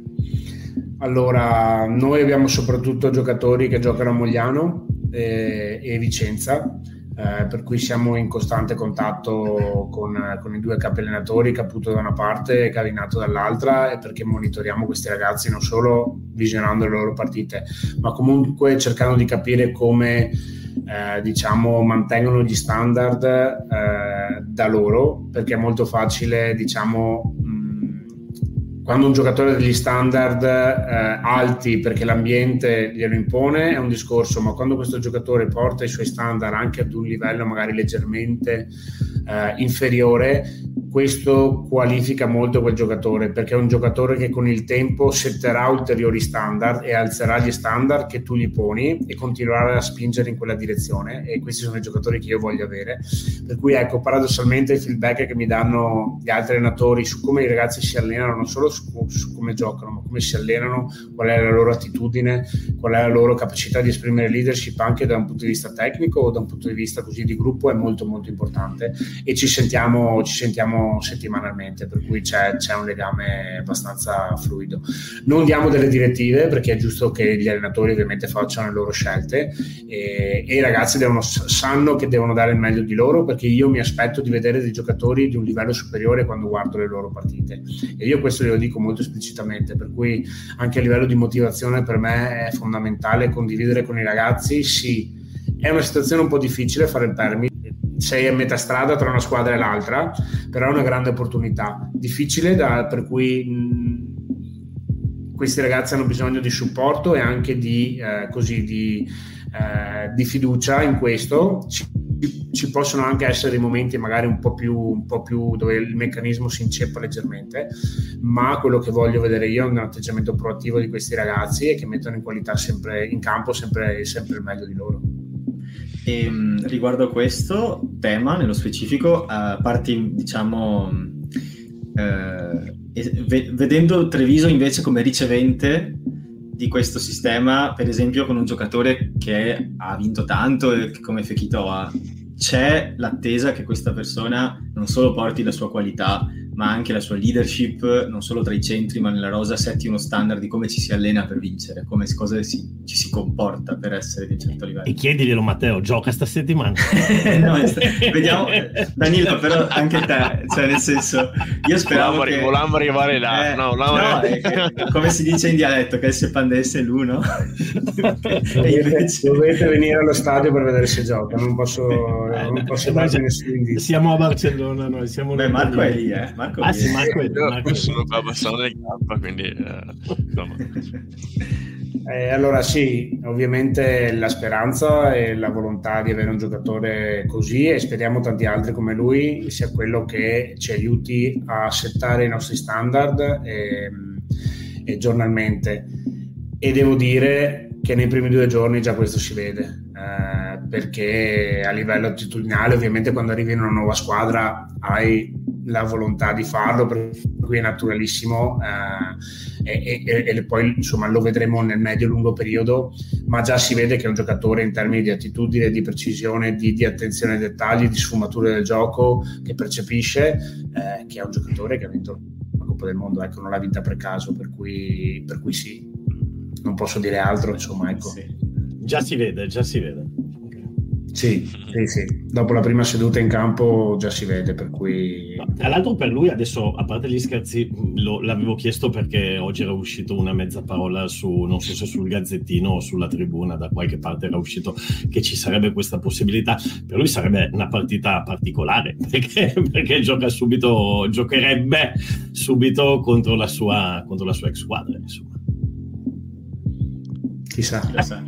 Allora, noi abbiamo soprattutto giocatori che giocano a Mogliano e, e Vicenza, eh, per cui siamo in costante contatto con, con i due capi allenatori, Caputo da una parte e Cavinato dall'altra, e perché monitoriamo questi ragazzi non solo visionando le loro partite, ma comunque cercando di capire come eh, diciamo mantengono gli standard eh, da loro, perché è molto facile, diciamo, mh, quando un giocatore ha degli standard eh, alti perché l'ambiente glielo impone è un discorso, ma quando questo giocatore porta i suoi standard anche ad un livello magari leggermente eh, inferiore, questo qualifica molto quel giocatore, perché è un giocatore che con il tempo setterà ulteriori standard e alzerà gli standard che tu gli poni e continuerà a spingere in quella direzione, e questi sono i giocatori che io voglio avere. Per cui ecco, paradossalmente il feedback che mi danno gli altri allenatori su come i ragazzi si allenano, non solo su, su come giocano, ma come si allenano, qual è la loro attitudine, qual è la loro capacità di esprimere leadership anche da un punto di vista tecnico o da un punto di vista così di gruppo, è molto molto importante, e ci sentiamo ci sentiamo allenano settimanalmente, per cui c'è, c'è un legame abbastanza fluido. Non diamo delle direttive perché è giusto che gli allenatori ovviamente facciano le loro scelte e, e i ragazzi devono, sanno che devono dare il meglio di loro, perché io mi aspetto di vedere dei giocatori di un livello superiore quando guardo le loro partite, e io questo glielo dico molto esplicitamente, per cui anche a livello di motivazione per me è fondamentale condividere con i ragazzi. Sì, è una situazione un po' difficile fare il permit, sei a metà strada tra una squadra e l'altra, però è una grande opportunità, difficile da, per cui mh, questi ragazzi hanno bisogno di supporto e anche di, eh, così, di, eh, di fiducia in questo. Ci, ci possono anche essere dei momenti magari un po' più, un po' più dove il meccanismo si inceppa leggermente, ma quello che voglio vedere io è un atteggiamento proattivo di questi ragazzi e che mettono in qualità sempre in campo sempre, sempre il meglio di loro. E, riguardo a questo tema nello specifico, a parte diciamo eh, v- vedendo Treviso invece come ricevente di questo sistema, per esempio con un giocatore che ha vinto tanto come Fekitoa, c'è l'attesa che questa persona non solo porti la sua qualità ma anche la sua leadership, non solo tra i centri ma nella rosa, setti uno standard di come ci si allena per vincere, come cosa si, ci si comporta per essere di un certo livello. E chiediglielo Matteo, gioca sta settimana? No, vediamo, Danilo, però anche te, cioè nel senso, io speravo volevamo, che volevamo arrivare là, eh, no, volevamo no, arrivare... è, come si dice in dialetto, che se pandesse l'uno dovete, invece... dovete venire allo stadio per vedere se gioca, non posso, non posso darci nessun indizio. Siamo a Barcellona noi, siamo Beh, Marco è lì, eh Marco ah, sì, Marco è, io, Marco io sono qua abbastanza nel campo, quindi eh, insomma. Eh, allora sì, ovviamente la speranza e la volontà di avere un giocatore così, e speriamo tanti altri come lui, sia quello che ci aiuti a settare i nostri standard e, e giornalmente, e devo dire che nei primi due giorni già questo si vede, eh, perché a livello attitudinale ovviamente quando arrivi in una nuova squadra hai la volontà di farlo, per cui è naturalissimo, eh, e, e, e poi insomma lo vedremo nel medio-lungo periodo, ma già si vede che è un giocatore in termini di attitudine, di precisione, di, di attenzione ai dettagli, di sfumature del gioco, che percepisce, eh, che è un giocatore che ha vinto la Coppa del Mondo, ecco, non l'ha vinta per caso, per cui, per cui sì, non posso dire altro, insomma, ecco. Sì. Già si vede, già si vede. Sì, sì, sì, dopo la prima seduta in campo già si vede, per cui... No, tra l'altro per lui adesso, a parte gli scherzi, lo, l'avevo chiesto perché oggi era uscito una mezza parola su, non so se sul Gazzettino o sulla Tribuna, da qualche parte era uscito che ci sarebbe questa possibilità. Per lui sarebbe una partita particolare, perché, perché gioca subito, giocherebbe subito contro la sua, contro la sua ex squadra, insomma. Chissà. Chissà.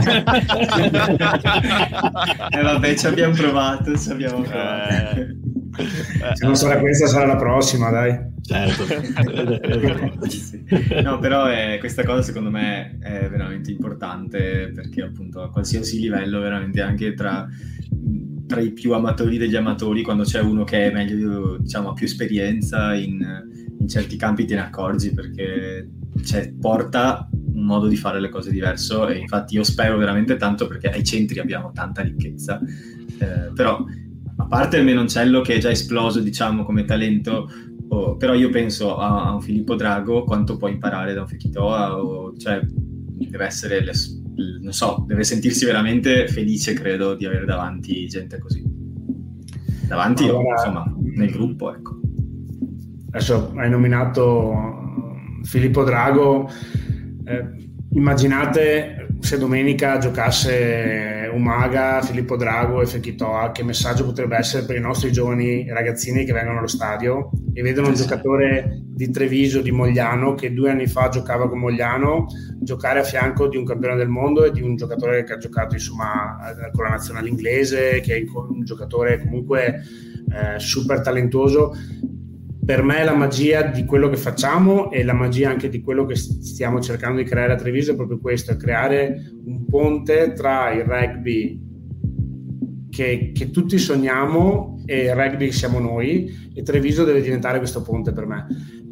E eh vabbè, ci abbiamo provato, ci abbiamo provato. Eh, Se non sarà questa, sarà la prossima, dai. Certo. Sì. No, però è, questa cosa secondo me è veramente importante, perché appunto a qualsiasi livello, veramente anche tra, tra i più amatori degli amatori, quando c'è uno che è meglio, diciamo, ha più esperienza in, in certi campi, te ne accorgi, perché cioè, porta un modo di fare le cose diverso, e infatti io spero veramente tanto, perché ai centri abbiamo tanta ricchezza, eh, però a parte il Menoncello che è già esploso, diciamo, come talento, oh, però io penso a, a un Filippo Drago, quanto può imparare da un Fekitoa, o, cioè deve essere, le, non so, deve sentirsi veramente felice, credo, di avere davanti gente così davanti, allora, o insomma nel gruppo, ecco. Adesso hai nominato Filippo Drago, eh, immaginate se domenica giocasse Umaga, Filippo Drago e Fekitoa, che messaggio potrebbe essere per i nostri giovani ragazzini che vengono allo stadio e vedono un giocatore di Treviso, di Mogliano, che due anni fa giocava con Mogliano, giocare a fianco di un campione del mondo e di un giocatore che ha giocato insomma con la nazionale inglese, che è un giocatore comunque eh, super talentuoso. Per me la magia di quello che facciamo e la magia anche di quello che stiamo cercando di creare a Treviso è proprio questo, è creare un ponte tra il rugby che, che tutti sogniamo e il rugby che siamo noi, e Treviso deve diventare questo ponte per me.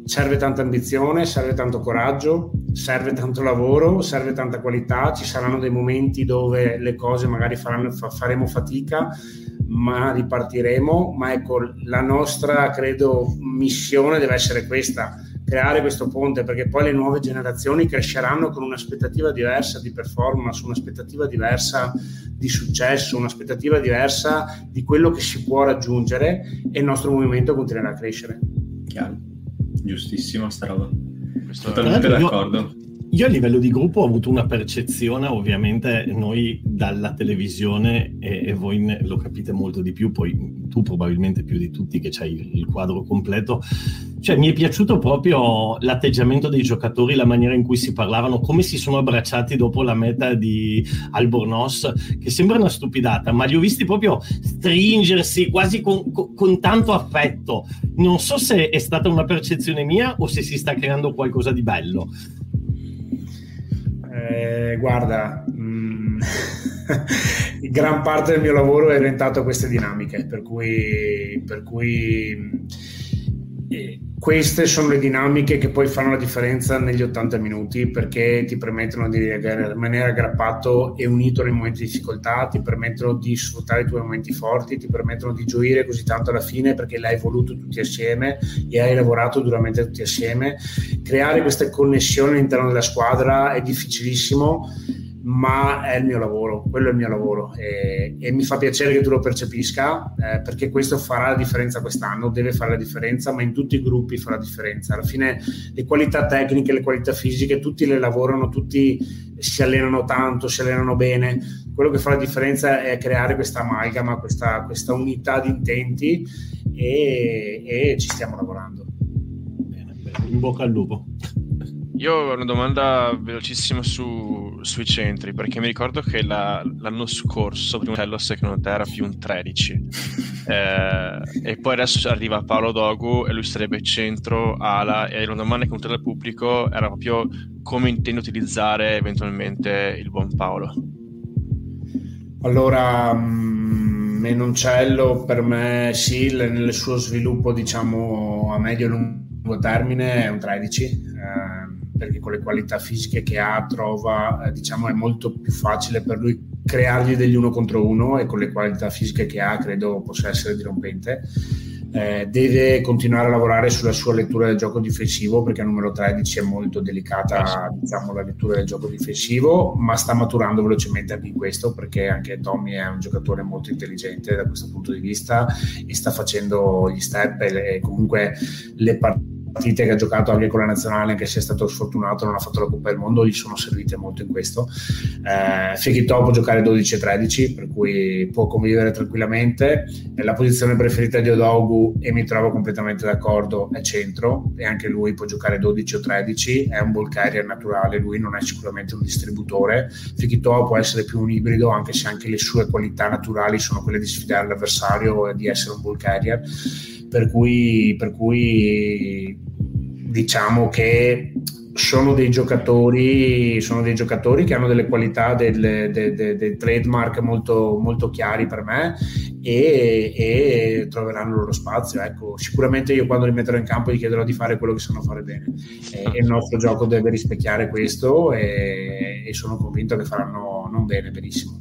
serve tanta ambizione, serve tanto coraggio, serve tanto lavoro, serve tanta qualità. Ci saranno dei momenti dove le cose magari faranno, faremo fatica, ma ripartiremo. Ma ecco, la nostra, credo, missione deve essere questa: creare questo ponte, perché poi le nuove generazioni cresceranno con un'aspettativa diversa di performance, un'aspettativa diversa di successo, un'aspettativa diversa di quello che si può raggiungere, e il nostro movimento continuerà a crescere. Chiaro, giustissima sta roba, Questo totalmente io, d'accordo. Io a livello di gruppo ho avuto una percezione, ovviamente noi dalla televisione, e, e voi ne, lo capite molto di più, poi tu probabilmente più di tutti che c'hai il, il quadro completo. Cioè, mi è piaciuto proprio l'atteggiamento dei giocatori, la maniera in cui si parlavano, come si sono abbracciati dopo la meta di Albornoz, che sembra una stupidata, ma li ho visti proprio stringersi quasi con, con, con tanto affetto. Non so se è stata una percezione mia o se si sta creando qualcosa di bello. Eh, guarda, mh, gran parte del mio lavoro è orientato a queste dinamiche, per cui, per cui eh, queste sono le dinamiche che poi fanno la differenza negli ottanta minuti, perché ti permettono di rimanere aggrappato e unito nei momenti di difficoltà, ti permettono di sfruttare i tuoi momenti forti, ti permettono di gioire così tanto alla fine perché l'hai voluto tutti assieme e hai lavorato duramente tutti assieme. Creare queste connessioni all'interno della squadra è difficilissimo, ma è il mio lavoro, quello è il mio lavoro, e, e mi fa piacere che tu lo percepisca, eh, perché questo farà la differenza quest'anno, deve fare la differenza, ma in tutti i gruppi fa la differenza. Alla fine le qualità tecniche, le qualità fisiche, tutti le lavorano, tutti si allenano tanto, si allenano bene. Quello che fa la differenza è creare questa amalgama, questa, questa unità di intenti, e, e ci stiamo lavorando. Bene, bene. In bocca al lupo. Io ho una domanda velocissima su, sui centri, perché mi ricordo che la, l'anno scorso prima Tello secondo te era più un tredici, eh, e poi adesso arriva Paolo Dogu e lui sarebbe centro, ala, e una domanda che è venuta dal pubblico era proprio come intende utilizzare eventualmente il buon Paolo. Allora, Menoncello per me sì, nel suo sviluppo diciamo a medio e lungo termine è un tredici, eh, perché con le qualità fisiche che ha trova, eh, diciamo è molto più facile per lui creargli degli uno contro uno, e con le qualità fisiche che ha credo possa essere dirompente. Eh, deve continuare a lavorare sulla sua lettura del gioco difensivo, perché il numero tredici è molto delicata, diciamo, la lettura del gioco difensivo, ma sta maturando velocemente anche in questo, perché anche Tommy è un giocatore molto intelligente da questo punto di vista e sta facendo gli step, e, e comunque le partite che ha giocato anche con la nazionale, anche se è stato sfortunato, non ha fatto la Coppa del Mondo, gli sono servite molto in questo. eh, Fekito può giocare dodici e tredici, per cui può convivere tranquillamente. La posizione preferita di Odogu, e mi trovo completamente d'accordo, è centro, e anche lui può giocare dodici o tredici, è un ball carrier naturale, lui non è sicuramente un distributore. Fekito può essere più un ibrido, anche se anche le sue qualità naturali sono quelle di sfidare l'avversario e di essere un ball carrier, per cui, per cui diciamo che sono dei giocatori sono dei giocatori che hanno delle qualità, dei, dei, dei, dei trademark molto, molto chiari per me, e, e troveranno il loro spazio. Ecco, sicuramente io quando li metterò in campo gli chiederò di fare quello che sanno fare bene, e, e il nostro gioco deve rispecchiare questo, e, e sono convinto che faranno non bene, benissimo.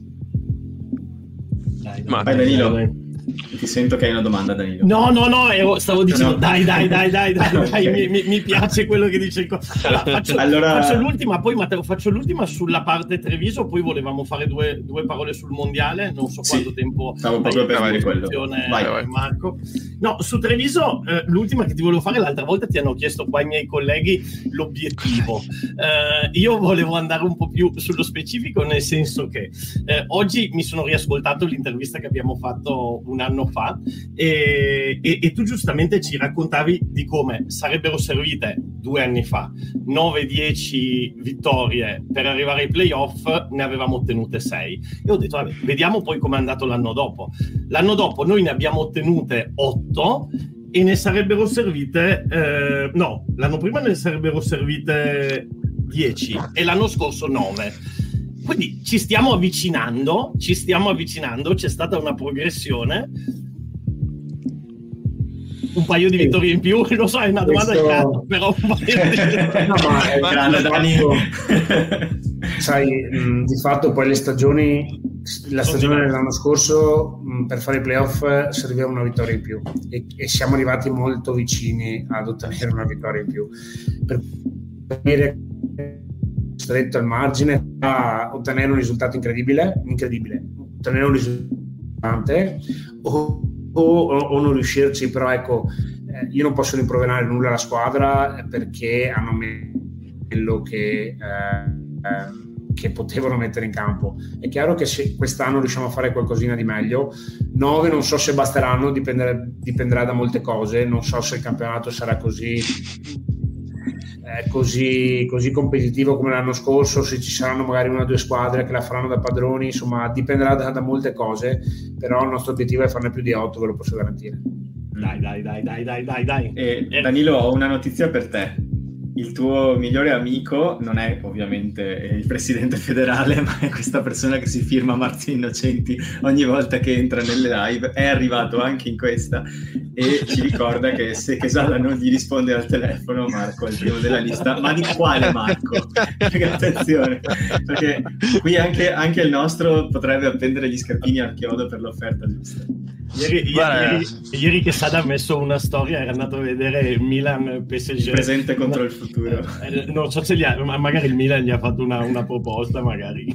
Dai, dai, Ma dai, Danilo, dai, dai. ti sento che hai una domanda, Danilo. No, no, no, io stavo dicendo No. dai, dai, dai, dai, dai, dai, mi, mi, mi piace quello che dice il co- allora, faccio, Allora- faccio l'ultima, poi Matteo, faccio l'ultima sulla parte Treviso, poi volevamo fare due, due parole sul mondiale, non so Sì, quanto tempo stavo proprio hai per a dire quello. disposizione, Vai, vai. Marco. No, su Treviso, eh, l'ultima che ti volevo fare, l'altra volta ti hanno chiesto qua i miei colleghi l'obiettivo. Eh, io volevo andare un po' più sullo specifico, nel senso che eh, oggi mi sono riascoltato l'intervista che abbiamo fatto un anno fa, e, e, e tu giustamente ci raccontavi di come sarebbero servite due anni fa nove dieci vittorie per arrivare ai playoff, ne avevamo ottenute sei, e ho detto vabbè, vediamo poi com'è andato l'anno dopo. L'anno dopo noi ne abbiamo ottenute otto, e ne sarebbero servite eh, no, l'anno prima ne sarebbero servite dieci, e l'anno scorso nove. Quindi ci stiamo avvicinando, ci stiamo avvicinando, c'è stata una progressione. un paio di vittorie in più, lo so, è una domanda Questo... di cazzo, però un paio di... no, ma è grande Dani. Sai, mh, di fatto poi le stagioni, la stagione dell'anno scorso mh, per fare i playoff serviva una vittoria in più e, e siamo arrivati molto vicini ad ottenere una vittoria in più per venire stretto al margine a ottenere un risultato incredibile, incredibile, ottenere un risultato o, o, o non riuscirci, però ecco, eh, io non posso rimproverare nulla alla squadra perché hanno messo quello che eh, che potevano mettere in campo. È chiaro che se quest'anno riusciamo a fare qualcosina di meglio, nove non so se basteranno, dipenderà, dipenderà da molte cose, non so se il campionato sarà così eh, così, così competitivo come l'anno scorso, se ci saranno magari una o due squadre che la faranno da padroni, insomma dipenderà da, da molte cose, però il nostro obiettivo è farne più di otto, ve lo posso garantire. Dai dai dai dai dai dai dai. E Danilo, ho una notizia per te. Il tuo migliore amico non è ovviamente il presidente federale, ma è questa persona che si firma Marzi Innocenti ogni volta che entra nelle live. È arrivato anche in questa e ci ricorda che se Quesada non gli risponde al telefono, Marco è il primo della lista. Ma di quale Marco? Perché attenzione, perché qui anche, anche il nostro potrebbe appendere gli scarpini al chiodo per l'offerta giusta. Ieri, ieri, ieri che Sada ha messo una storia, era andato a vedere Milan P S G. Il presente contro il futuro. Eh, non so se gli ha, ma magari il Milan gli ha fatto una, una proposta, magari.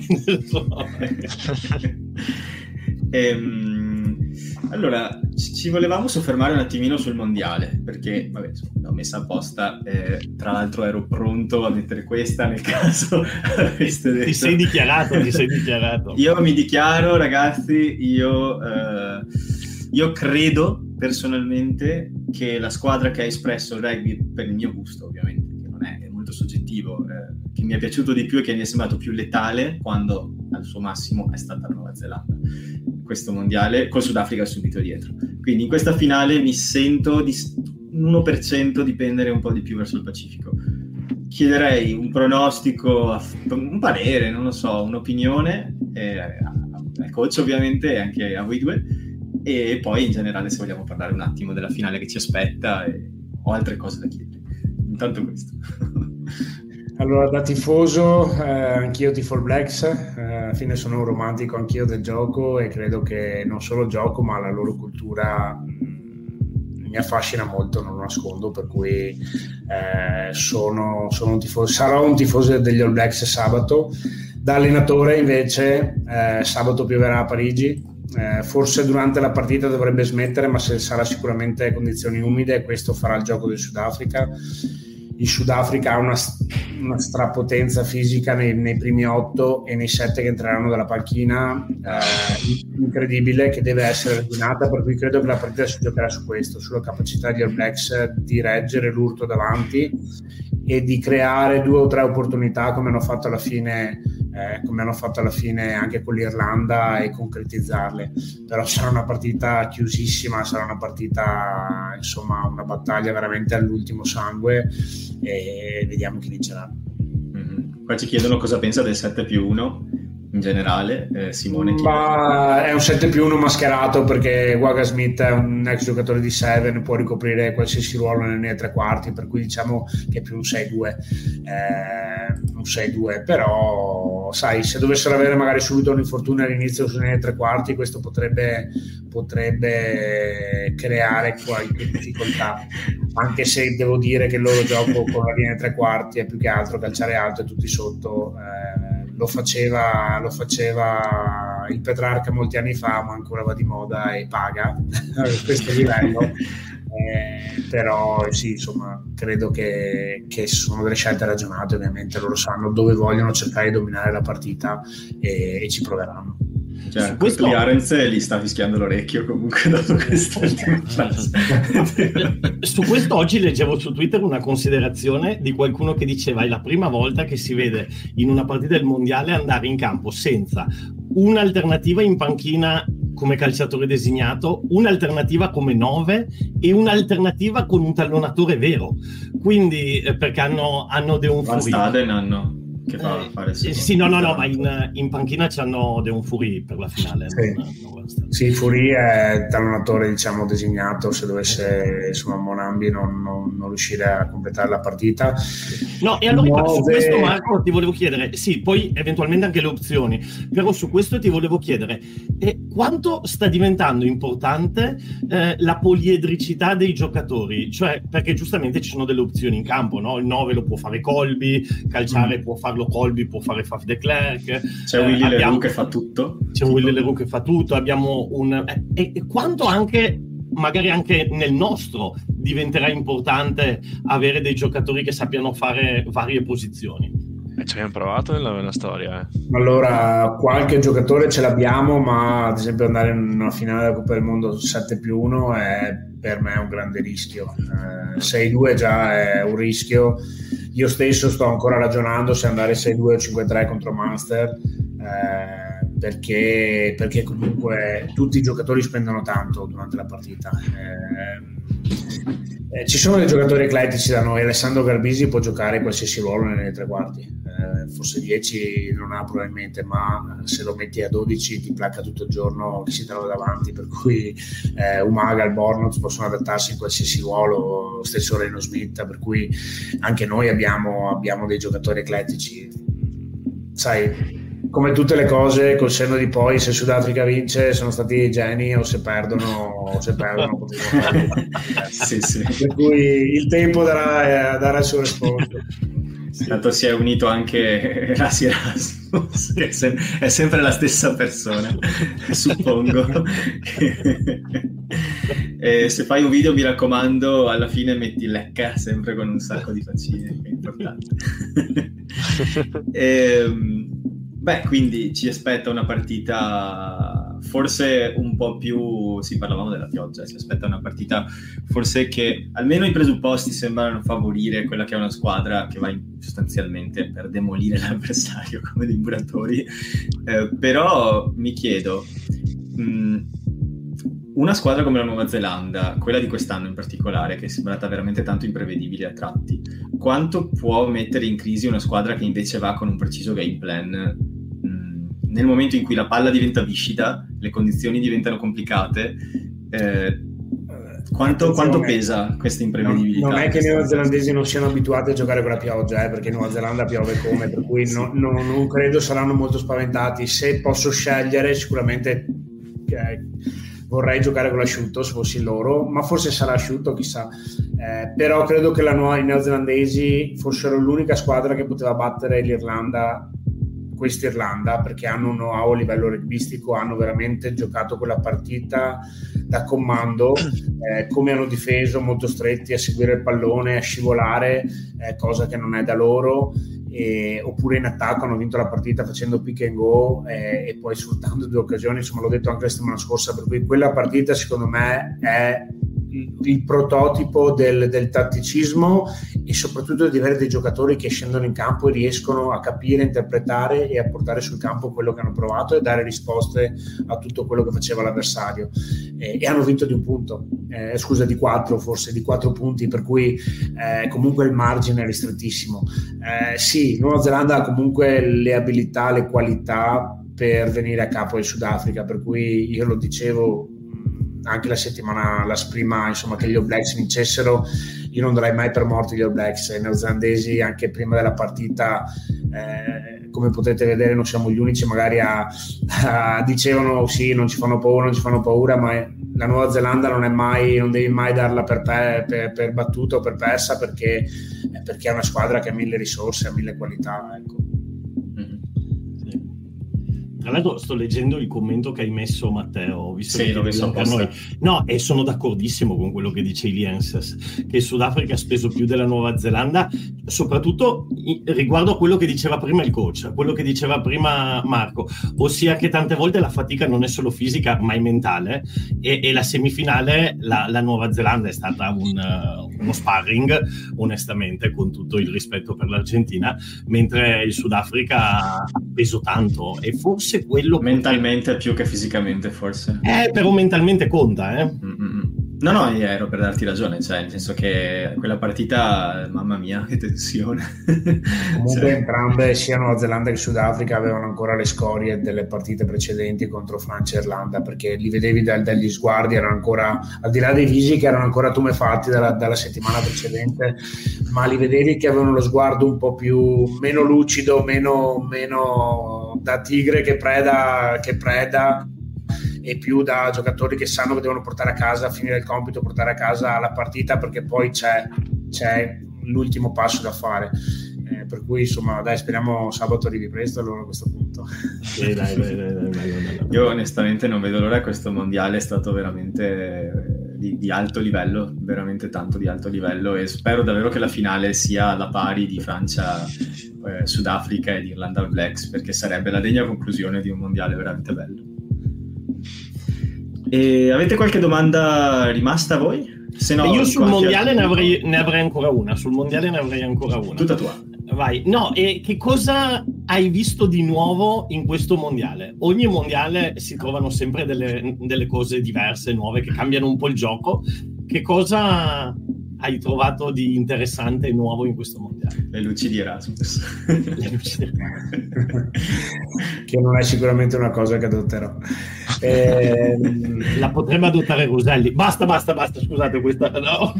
ehm, allora, ci volevamo soffermare un attimino sul mondiale, perché, vabbè, l'ho messa apposta, eh, tra l'altro ero pronto a mettere questa nel caso aveste detto. Ti sei dichiarato, ti sei dichiarato. Io mi dichiaro, ragazzi, io... Eh, Io credo personalmente che la squadra che ha espresso il rugby, per il mio gusto ovviamente, che non è, è molto soggettivo, eh, che mi è piaciuto di più e che mi è sembrato più letale quando al suo massimo è stata la Nuova Zelanda. Questo mondiale col Sudafrica subito dietro. Quindi in questa finale mi sento di uno per cento di pendere un po' di più verso il Pacifico. Chiederei un pronostico, un parere, non lo so, un'opinione eh, al coach ovviamente e anche a voi due. E poi in generale se vogliamo parlare un attimo della finale che ci aspetta e ho altre cose da chiedere. Intanto questo. Allora, da tifoso, eh, anch'io tifo il Blacks, eh, alla fine sono un romantico anch'io del gioco e credo che non solo il gioco ma la loro cultura mh, mi affascina molto, non lo nascondo, per cui eh, sono, sono un tifoso, sarò un tifoso degli All Blacks sabato. Da allenatore invece eh, sabato pioverà a Parigi. Eh, forse durante la partita dovrebbe smettere, ma se sarà sicuramente a condizioni umide, questo farà il gioco del Sudafrica. Il Sudafrica ha una, una strapotenza fisica nei, nei primi otto e nei sette che entreranno dalla panchina eh, incredibile, che deve essere ordinata, per cui credo che la partita si giocherà su questo, sulla capacità degli All Blacks di reggere l'urto davanti e di creare due o tre opportunità come hanno fatto alla fine eh, come hanno fatto alla fine anche con l'Irlanda e concretizzarle. Però sarà una partita chiusissima, sarà una partita, insomma, una battaglia veramente all'ultimo sangue e vediamo chi vincerà. Mm-hmm. Qua ci chiedono cosa pensa del sette più uno in generale, eh, Simone. Ma è un sette più uno mascherato, perché Waga Smith è un ex giocatore di Seven, può ricoprire qualsiasi ruolo nei tre quarti, per cui diciamo che è più un sei due, eh, un sei due, però sai, se dovessero avere magari subito un infortunio all'inizio nei tre quarti, questo potrebbe, potrebbe creare qualche difficoltà, anche se devo dire che il loro gioco con la linea tre quarti è più che altro calciare alto e tutti sotto. eh, Lo faceva, lo faceva il Petrarca molti anni fa, ma ancora va di moda e paga a questo livello. Eh, però sì, insomma, credo che, che sono delle scelte ragionate, ovviamente loro sanno dove vogliono cercare di dominare la partita e, e ci proveranno. Cioè, questo Arens gli sta fischiando l'orecchio comunque dopo quest'ultima frase. Su questo oggi leggevo su Twitter una considerazione di qualcuno che diceva: è la prima volta che si vede in una partita del mondiale andare in campo senza un'alternativa in panchina come calciatore designato, un'alternativa come nove e un'alternativa con un tallonatore vero. Quindi eh, perché hanno, hanno De Un Van Staden hanno che fa eh, fare sì, sì, no, no, no, ma in, in panchina c'hanno De Un Furi per la finale. Sì, non, non sì, Furi è talonatore, diciamo, designato se dovesse, insomma, Monambi non, non, non riuscire a completare la partita. No, e allora Nuove... su questo, Marco, ti volevo chiedere, sì, poi eventualmente anche le opzioni, però su questo ti volevo chiedere eh, quanto sta diventando importante eh, la poliedricità dei giocatori, cioè perché giustamente ci sono delle opzioni in campo, no? Il nove lo può fare Colby, calciare mm. può farlo Colby, può fare Faf de Klerk, c'è eh, Willy abbiamo... Leroux che fa tutto, c'è un Willy Leroux che fa tutto, abbiamo un eh, e, e quanto anche magari anche nel nostro diventerà importante avere dei giocatori che sappiano fare varie posizioni. E ci abbiamo provato nella, nella storia. Eh. Allora, qualche giocatore ce l'abbiamo, ma ad esempio andare in una finale della Coppa del Mondo sette più uno è per me un grande rischio. Eh, sei due già è un rischio. Io stesso sto ancora ragionando se andare sei due o cinque tre contro Munster, eh, perché, perché comunque tutti i giocatori spendono tanto durante la partita. Eh, eh, ci sono dei giocatori eclettici da noi. Alessandro Garbisi può giocare qualsiasi ruolo nelle tre quarti, eh, forse dieci non ha probabilmente, ma se lo metti a dodici ti placca tutto il giorno che si trova davanti, per cui eh, Umaga, il Bournemouth possono adattarsi in qualsiasi ruolo, lo stesso Reno Smith, per cui anche noi abbiamo, abbiamo dei giocatori eclettici. Sai, come tutte le cose, col senno di poi, se Sudafrica vince sono stati geni, o se perdono o se perdono sì, sì. Per cui il tempo darà, darà il suo risposto. Tanto si è unito anche Rasi Erasmus, che è sempre la stessa persona, suppongo. E se fai un video, mi raccomando, alla fine metti lecca sempre con un sacco di faccine, che è importante. e, beh, quindi ci aspetta una partita forse un po' più, sì, parlavamo della pioggia, si aspetta una partita forse che almeno i presupposti sembrano favorire quella che è una squadra che va in, sostanzialmente per demolire l'avversario come dei muratori, eh, però mi chiedo mh, una squadra come la Nuova Zelanda, quella di quest'anno in particolare, che è sembrata veramente tanto imprevedibile a tratti, quanto può mettere in crisi una squadra che invece va con un preciso game plan mh, nel momento in cui la palla diventa viscida, le condizioni diventano complicate, eh, quanto, quanto pesa questa imprevedibilità? Non, non è che i neozelandesi non siano abituati a giocare con la pioggia, eh, perché in Nuova Zelanda piove come, per cui sì. no, no, non credo saranno molto spaventati. Se posso scegliere, sicuramente eh, vorrei giocare con l'asciutto se fossi loro, ma forse sarà asciutto, chissà. Eh, però credo che la nuova, i neozelandesi fossero l'unica squadra che poteva battere l'Irlanda, questa Irlanda, perché hanno un know-how a livello rugbyistico, hanno veramente giocato quella partita da comando, eh, come hanno difeso molto stretti a seguire il pallone, a scivolare, eh, cosa che non è da loro. E, oppure in attacco hanno vinto la partita facendo pick and go eh, e poi sfruttando due occasioni, insomma l'ho detto anche la settimana scorsa, per cui quella partita secondo me è il, il prototipo del, del tatticismo e soprattutto di avere dei giocatori che scendono in campo e riescono a capire, interpretare e a portare sul campo quello che hanno provato e dare risposte a tutto quello che faceva l'avversario, eh, e hanno vinto di un punto, eh, scusa di quattro, forse di quattro punti, per cui eh, comunque il margine è ristrettissimo. Eh, sì, Nuova Zelanda ha comunque le abilità, le qualità per venire a capo del Sudafrica, per cui io lo dicevo anche la settimana, la prima, insomma, che gli All Blacks vincessero, io non darei mai per morti gli All Blacks. I neozelandesi anche prima della partita, eh, come potete vedere, non siamo gli unici magari a, a dicevano sì, non ci fanno paura, non ci fanno paura, ma la Nuova Zelanda non è mai, non devi mai darla per, per, per, per battuta o per persa, perché, perché è una squadra che ha mille risorse, ha mille qualità, ecco. Tra l'altro sto leggendo il commento che hai messo, Matteo, visto sì, che l'ho messo a noi. No, e sono d'accordissimo con quello che dice Ilienses, che il Sudafrica ha speso più della Nuova Zelanda, soprattutto riguardo a quello che diceva prima il coach, quello che diceva prima Marco, ossia che tante volte la fatica non è solo fisica ma è mentale, e, e la semifinale la, la Nuova Zelanda è stata un, uh, uno sparring, onestamente, con tutto il rispetto per l'Argentina, mentre il Sudafrica ha peso tanto, e forse quello mentalmente potrebbe... più che fisicamente, forse. Eh, però mentalmente conta, eh. Mm-hmm. No, no, io ero per darti ragione, cioè nel senso che quella partita, mamma mia, che tensione. Comunque cioè... entrambe, sia Nuova Zelanda che Sudafrica, avevano ancora le scorie delle partite precedenti contro Francia e Irlanda, perché li vedevi da, dagli sguardi, erano ancora, al di là dei visi che erano ancora tumefatti dalla, dalla settimana precedente, ma li vedevi che avevano lo sguardo un po' più meno lucido, meno, meno da tigre che preda, che preda e più da giocatori che sanno che devono portare a casa, finire il compito, portare a casa la partita, perché poi c'è, c'è l'ultimo passo da fare, eh, per cui insomma dai, speriamo sabato arrivi presto allora a questo punto. Sì, dai, dai, dai, dai, dai, dai. Io onestamente non vedo l'ora, questo mondiale è stato veramente di, di alto livello, veramente tanto di alto livello, e spero davvero che la finale sia alla pari di Francia, eh, Sudafrica ed Irlanda All Blacks, perché sarebbe la degna conclusione di un mondiale veramente bello. E avete qualche domanda rimasta a voi? Se no, io sul mondiale ne avrei, ne avrei ancora una. Sul mondiale ne avrei ancora una. Tutta tua. Vai. No, e che cosa hai visto di nuovo in questo mondiale? Ogni mondiale si trovano sempre delle, delle cose diverse, nuove, che cambiano un po' il gioco. Che cosa hai trovato di interessante e nuovo in questo mondiale? Le luci di Erasmus. Le luci di Erasmus. Che non è sicuramente una cosa che adotterò. Eh, la potrebbe adottare Roselli. Basta, basta, basta, scusate questa. No,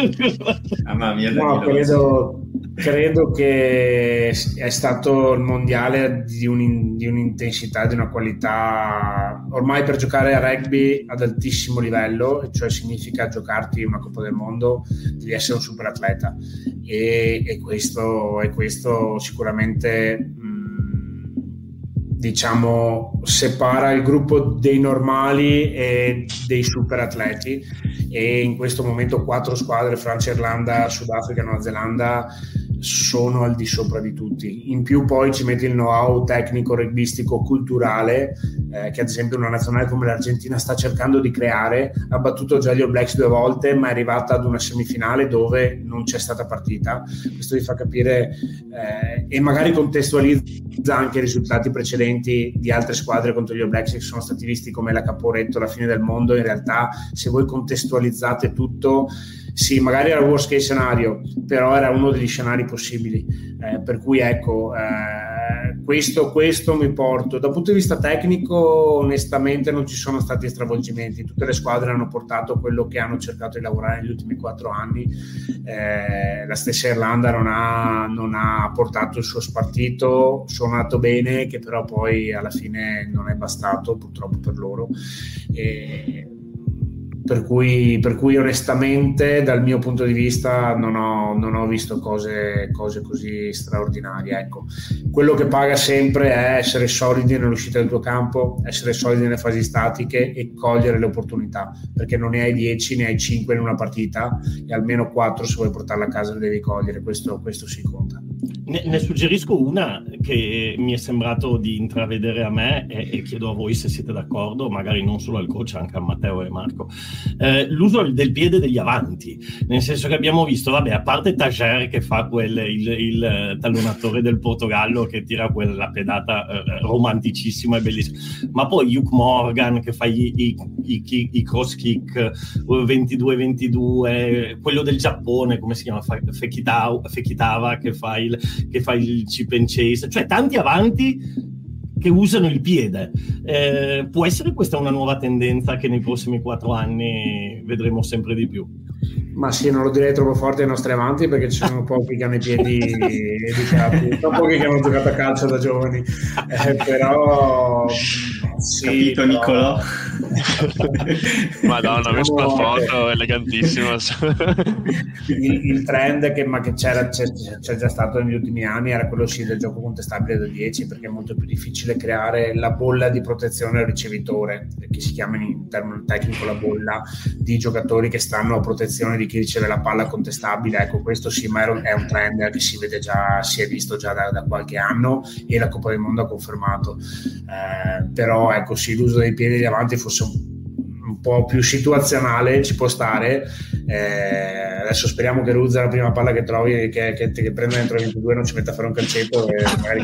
Mamma mia, no, credo, credo che è stato il mondiale di, un, di un'intensità, di una qualità ormai per giocare a rugby ad altissimo livello, cioè significa giocarti una Coppa del Mondo, devi essere un super atleta, e, e questo, e questo sicuramente mh, diciamo separa il gruppo dei normali e dei super atleti, e in questo momento quattro squadre, Francia, Irlanda, Sudafrica e Nuova Zelanda, sono al di sopra di tutti. In più poi ci metti il know-how tecnico, rugbistico, culturale, eh, che ad esempio una nazionale come l'Argentina sta cercando di creare. Ha battuto già gli All Blacks due volte, ma è arrivata ad una semifinale dove non c'è stata partita. Questo vi fa capire, eh, e magari contestualizza anche i risultati precedenti di altre squadre contro gli All Blacks, che sono stati visti come la Caporetto, la fine del mondo. In realtà, se voi contestualizzate tutto, sì, magari era il worst case scenario, però era uno degli scenari possibili, eh, per cui ecco, eh, questo, questo mi porto. Dal punto di vista tecnico onestamente non ci sono stati stravolgimenti, tutte le squadre hanno portato quello che hanno cercato di lavorare negli ultimi quattro anni, eh, la stessa Irlanda non ha, non ha portato il suo spartito, suonato bene, che però poi alla fine non è bastato purtroppo per loro, e Per cui, per cui onestamente dal mio punto di vista non ho, non ho visto cose, cose così straordinarie. Ecco, quello che paga sempre è essere solidi nell'uscita del tuo campo, essere solidi nelle fasi statiche e cogliere le opportunità, perché non ne hai dieci, ne hai cinque in una partita, e almeno quattro se vuoi portarla a casa le devi cogliere. Questo, questo si conta. Ne, ne suggerisco una che mi è sembrato di intravedere a me, e, e chiedo a voi se siete d'accordo, magari non solo al coach, anche a Matteo e Marco. Eh, l'uso del piede degli avanti, nel senso che abbiamo visto, vabbè, a parte Tajer che fa quel, il, il tallonatore del Portogallo che tira quella pedata eh, romanticissima e bellissima, ma poi Hugh Morgan che fa i, i, i, i cross kick ventidue ventidue, quello del Giappone, come si chiama, Fekitawa, Fekitawa che fa il che fa il chip and chase, cioè tanti avanti che usano il piede. Eh, può essere questa una nuova tendenza che nei prossimi quattro anni vedremo sempre di più? Ma sì, non lo direi troppo forte ai nostri avanti, perché ci sono pochi che hanno i piedi educati, sono pochi che hanno giocato a calcio da giovani, eh, però sì, capito, però... Nicolò? Madonna, ho visto la foto, è elegantissimo. il, il trend che, ma che c'era, c'è, c'è già stato negli ultimi anni era quello sì del gioco contestabile da dieci, perché è molto più difficile creare la bolla di protezione al ricevitore, che si chiama in termine tecnico la bolla di giocatori che stanno a protezione di chi riceve la palla contestabile. Ecco, questo sì, ma è un trend che si vede già, si è visto già da, da qualche anno, e la Coppa del Mondo ha confermato, eh, però ecco sì, l'uso dei piedi di avanti fosse un, un po' più situazionale, ci può stare. Eh, adesso speriamo che Ruzza la prima palla che trovi, che, che, che prenda dentro i ventidue, non ci metta a fare un calcetto e magari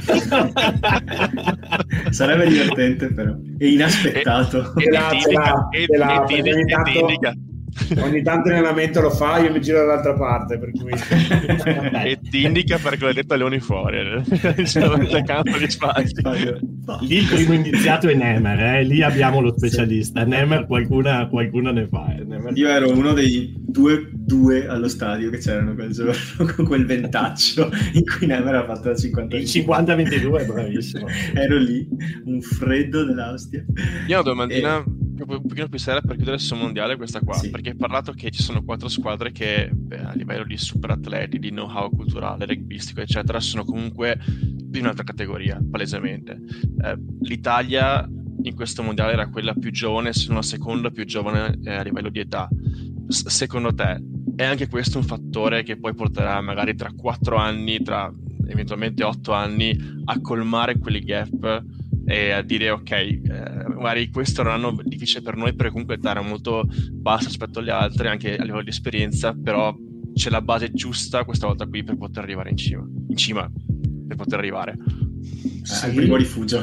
sarebbe divertente, però, e inaspettato. E, e, e, e, e, e, Ogni tanto in allenamento lo fa, io mi giro dall'altra parte, per cui... e ti indica perché l'hai detto a leoni fuori nel campo di spazio. Lì il primo indiziato è Nemer, eh? Lì abbiamo lo specialista. Sì. Nemer qualcuna, qualcuna ne fa. Eh? Nemer... Io ero uno dei due, due allo stadio che c'erano quel giorno con quel ventaccio in cui Nemer ha fatto la cinquanta il cinquanta ventidue, bravissimo. Ero lì, un freddo dell'Austia. Io ho una domandina e... un pochino più seria per chiudere sul mondiale, questa qua, sì. Perché hai parlato che ci sono quattro squadre che beh, a livello di super atleti, di know-how culturale, rugbyistico eccetera sono comunque di un'altra categoria, palesemente. Eh, l'Italia in questo mondiale era quella più giovane, se non la seconda più giovane eh, a livello di età. S- secondo te è anche questo un fattore che poi porterà magari tra quattro anni, tra eventualmente otto anni, a colmare quelli gap e a dire ok, eh, magari questo era un anno difficile per noi perché comunque l'età era molto bassa rispetto agli altri anche a livello di esperienza, però c'è la base giusta questa volta qui per poter arrivare in cima in cima per poter arrivare sì. Al primo rifugio.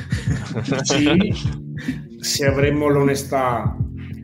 Sì, se avremmo l'onestà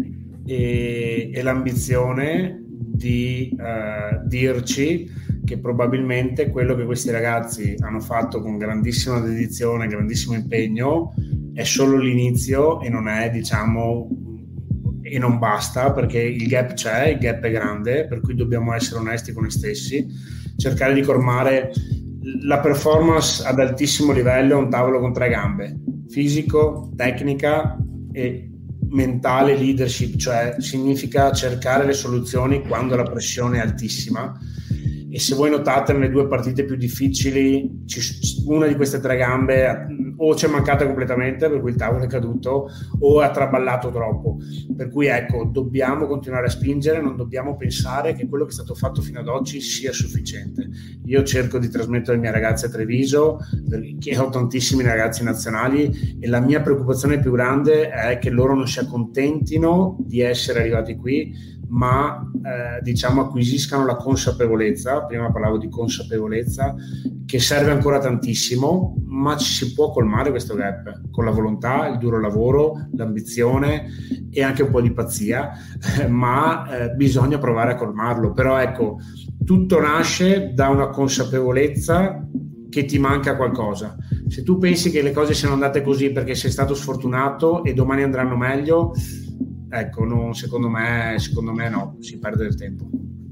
e, e l'ambizione di uh, dirci che probabilmente quello che questi ragazzi hanno fatto con grandissima dedizione, grandissimo impegno è solo l'inizio e non è, diciamo, e non basta, perché il gap c'è, il gap è grande, per cui dobbiamo essere onesti con noi stessi, cercare di colmare la performance ad altissimo livello, un tavolo con tre gambe, fisico, tecnica e mentale, leadership, cioè significa cercare le soluzioni quando la pressione è altissima. E se voi notate nelle due partite più difficili una di queste tre gambe o c'è mancata completamente per cui il tavolo è caduto o ha traballato troppo, per cui ecco, dobbiamo continuare a spingere, non dobbiamo pensare che quello che è stato fatto fino ad oggi sia sufficiente. Io cerco di trasmettere ai miei ragazzi a Treviso, perché ho tantissimi ragazzi nazionali e la mia preoccupazione più grande è che loro non si accontentino di essere arrivati qui, ma eh, diciamo acquisiscano la consapevolezza, prima parlavo di consapevolezza, che serve ancora tantissimo, ma ci si può colmare questo gap con la volontà, il duro lavoro, l'ambizione e anche un po' di pazzia, eh, ma eh, bisogna provare a colmarlo. Però ecco, tutto nasce da una consapevolezza che ti manca qualcosa. Se tu pensi che le cose siano andate così perché sei stato sfortunato e domani andranno meglio, ecco, no, secondo me, secondo me no, si perde del tempo.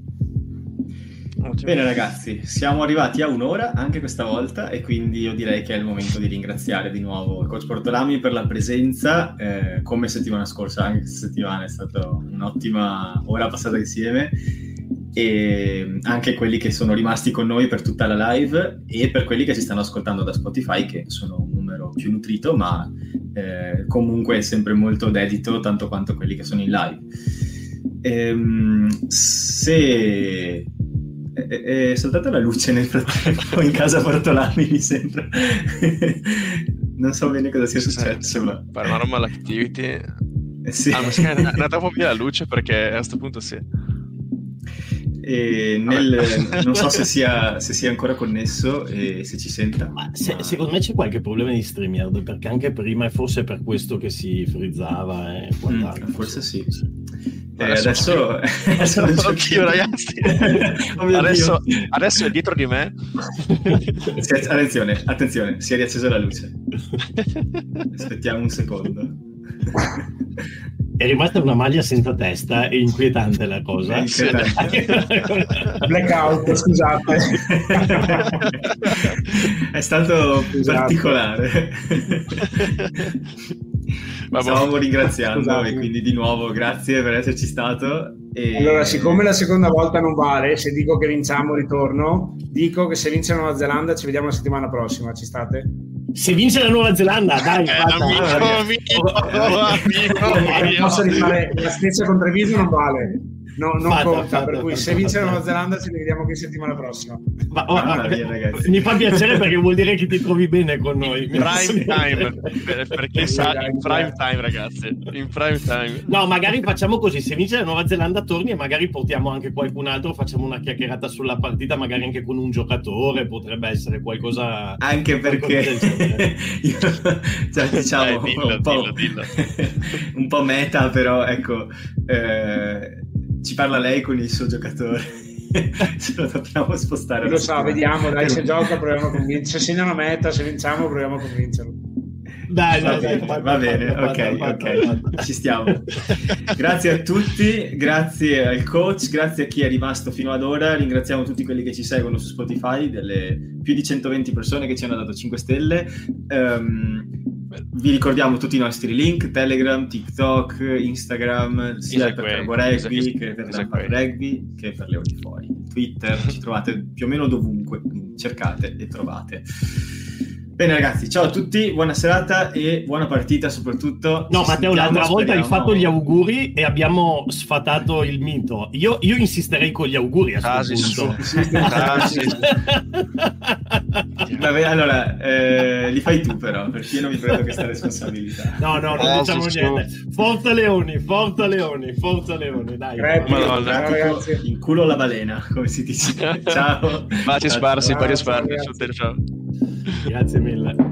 Bene ragazzi, siamo arrivati a un'ora anche questa volta e quindi io direi che è il momento di ringraziare di nuovo il coach Bortolami per la presenza, eh, come settimana scorsa, anche questa settimana è stata un'ottima ora passata insieme, e anche quelli che sono rimasti con noi per tutta la live e per quelli che ci stanno ascoltando da Spotify, che sono un numero più nutrito ma eh, comunque è sempre molto dedito, tanto quanto quelli che sono in live. Ehm, se è, è saltata la luce nel frattempo in casa Bortolami, mi sembra. Non so bene cosa sia successo, ma Paranormal Activity eh, sì. Ah, ma è andata un po' via la luce perché a questo punto sì. E nel, non so se sia, se sia ancora connesso e se ci senta. Ma se, ma... secondo me c'è qualche problema di StreamYard, perché anche prima è forse per questo che si frizzava e mm, forse sì, sì. Eh, adesso adesso, adesso anch'io ragazzi oh adesso, adesso è dietro di me. Attenzione, attenzione, si è riaccesa la luce. Aspettiamo un secondo. È rimasta una maglia senza testa, è inquietante la cosa. È inquietante. Blackout, scusate. È stato scusate. Particolare. Stavamo ringraziando Scusate. E quindi di nuovo grazie per esserci stato. E... Allora, siccome la seconda volta non vale, se dico che vinciamo ritorno, dico che se vince Nuova Zelanda ci vediamo la settimana prossima, ci state? Se vince la Nuova Zelanda, dai, eh, amico, amico, amico, amico, posso rifare la stessa con Treviso, non vale. no, non Fatta, conta, fatta, per cui fatta, se vince fatta. la Nuova Zelanda ci rivediamo qui settimana prossima. Ma, oh, Ah, oh, via, ragazzi. mi fa piacere perché vuol dire che ti trovi bene con noi. Prime time, per, perché sa in prime time, ragazzi, in prime time. No, magari facciamo così, se vince la Nuova Zelanda torni e magari portiamo anche qualcun altro, facciamo una chiacchierata sulla partita, magari anche con un giocatore, potrebbe essere qualcosa... Anche perché io, cioè, diciamo Dai, dillo, un, po', dillo, dillo. un po' meta, però ecco, eh, ci parla lei con il suo giocatore. Ce lo dobbiamo spostare. Lo so, vediamo, dai, se per... gioca proviamo a convincerlo, se segnano meta, se vinciamo proviamo a convincerlo. Dai, va dai, bene, dai, va bene, fatta, ok, fatta, ok, fatta. ci stiamo. Grazie a tutti, grazie al coach, grazie a chi è rimasto fino ad ora, ringraziamo tutti quelli che ci seguono su Spotify, delle più di centoventi persone che ci hanno dato cinque stelle. Um, vi ricordiamo tutti i nostri link, Telegram, TikTok, Instagram, sia Esatto, per Turbo esatto, Rugby esatto, che per esatto. Lampard Rugby che per Leoni Fuori. Twitter, ci trovate più o meno dovunque, quindi cercate e trovate. Bene ragazzi, ciao a tutti, buona serata e buona partita soprattutto. No, Ci Matteo, sentiamo, l'altra volta hai speriamo. fatto gli auguri e abbiamo sfatato il mito. Io, io insisterei con gli auguri a Casi questo punto. su. Casi. Vabbè, allora, eh, li fai tu però, perché io non mi prendo questa responsabilità. No, no, non Ah, diciamo sì, niente. Forza Leoni, forza Leoni, forza Leoni, dai. Crepi. Madonna. Pratico ragazzi. in culo la balena, come si dice. Ciao. Baci Ciao. sparsi, baci Ciao, sparsi. ragazzi. Ciao. Grazie mille.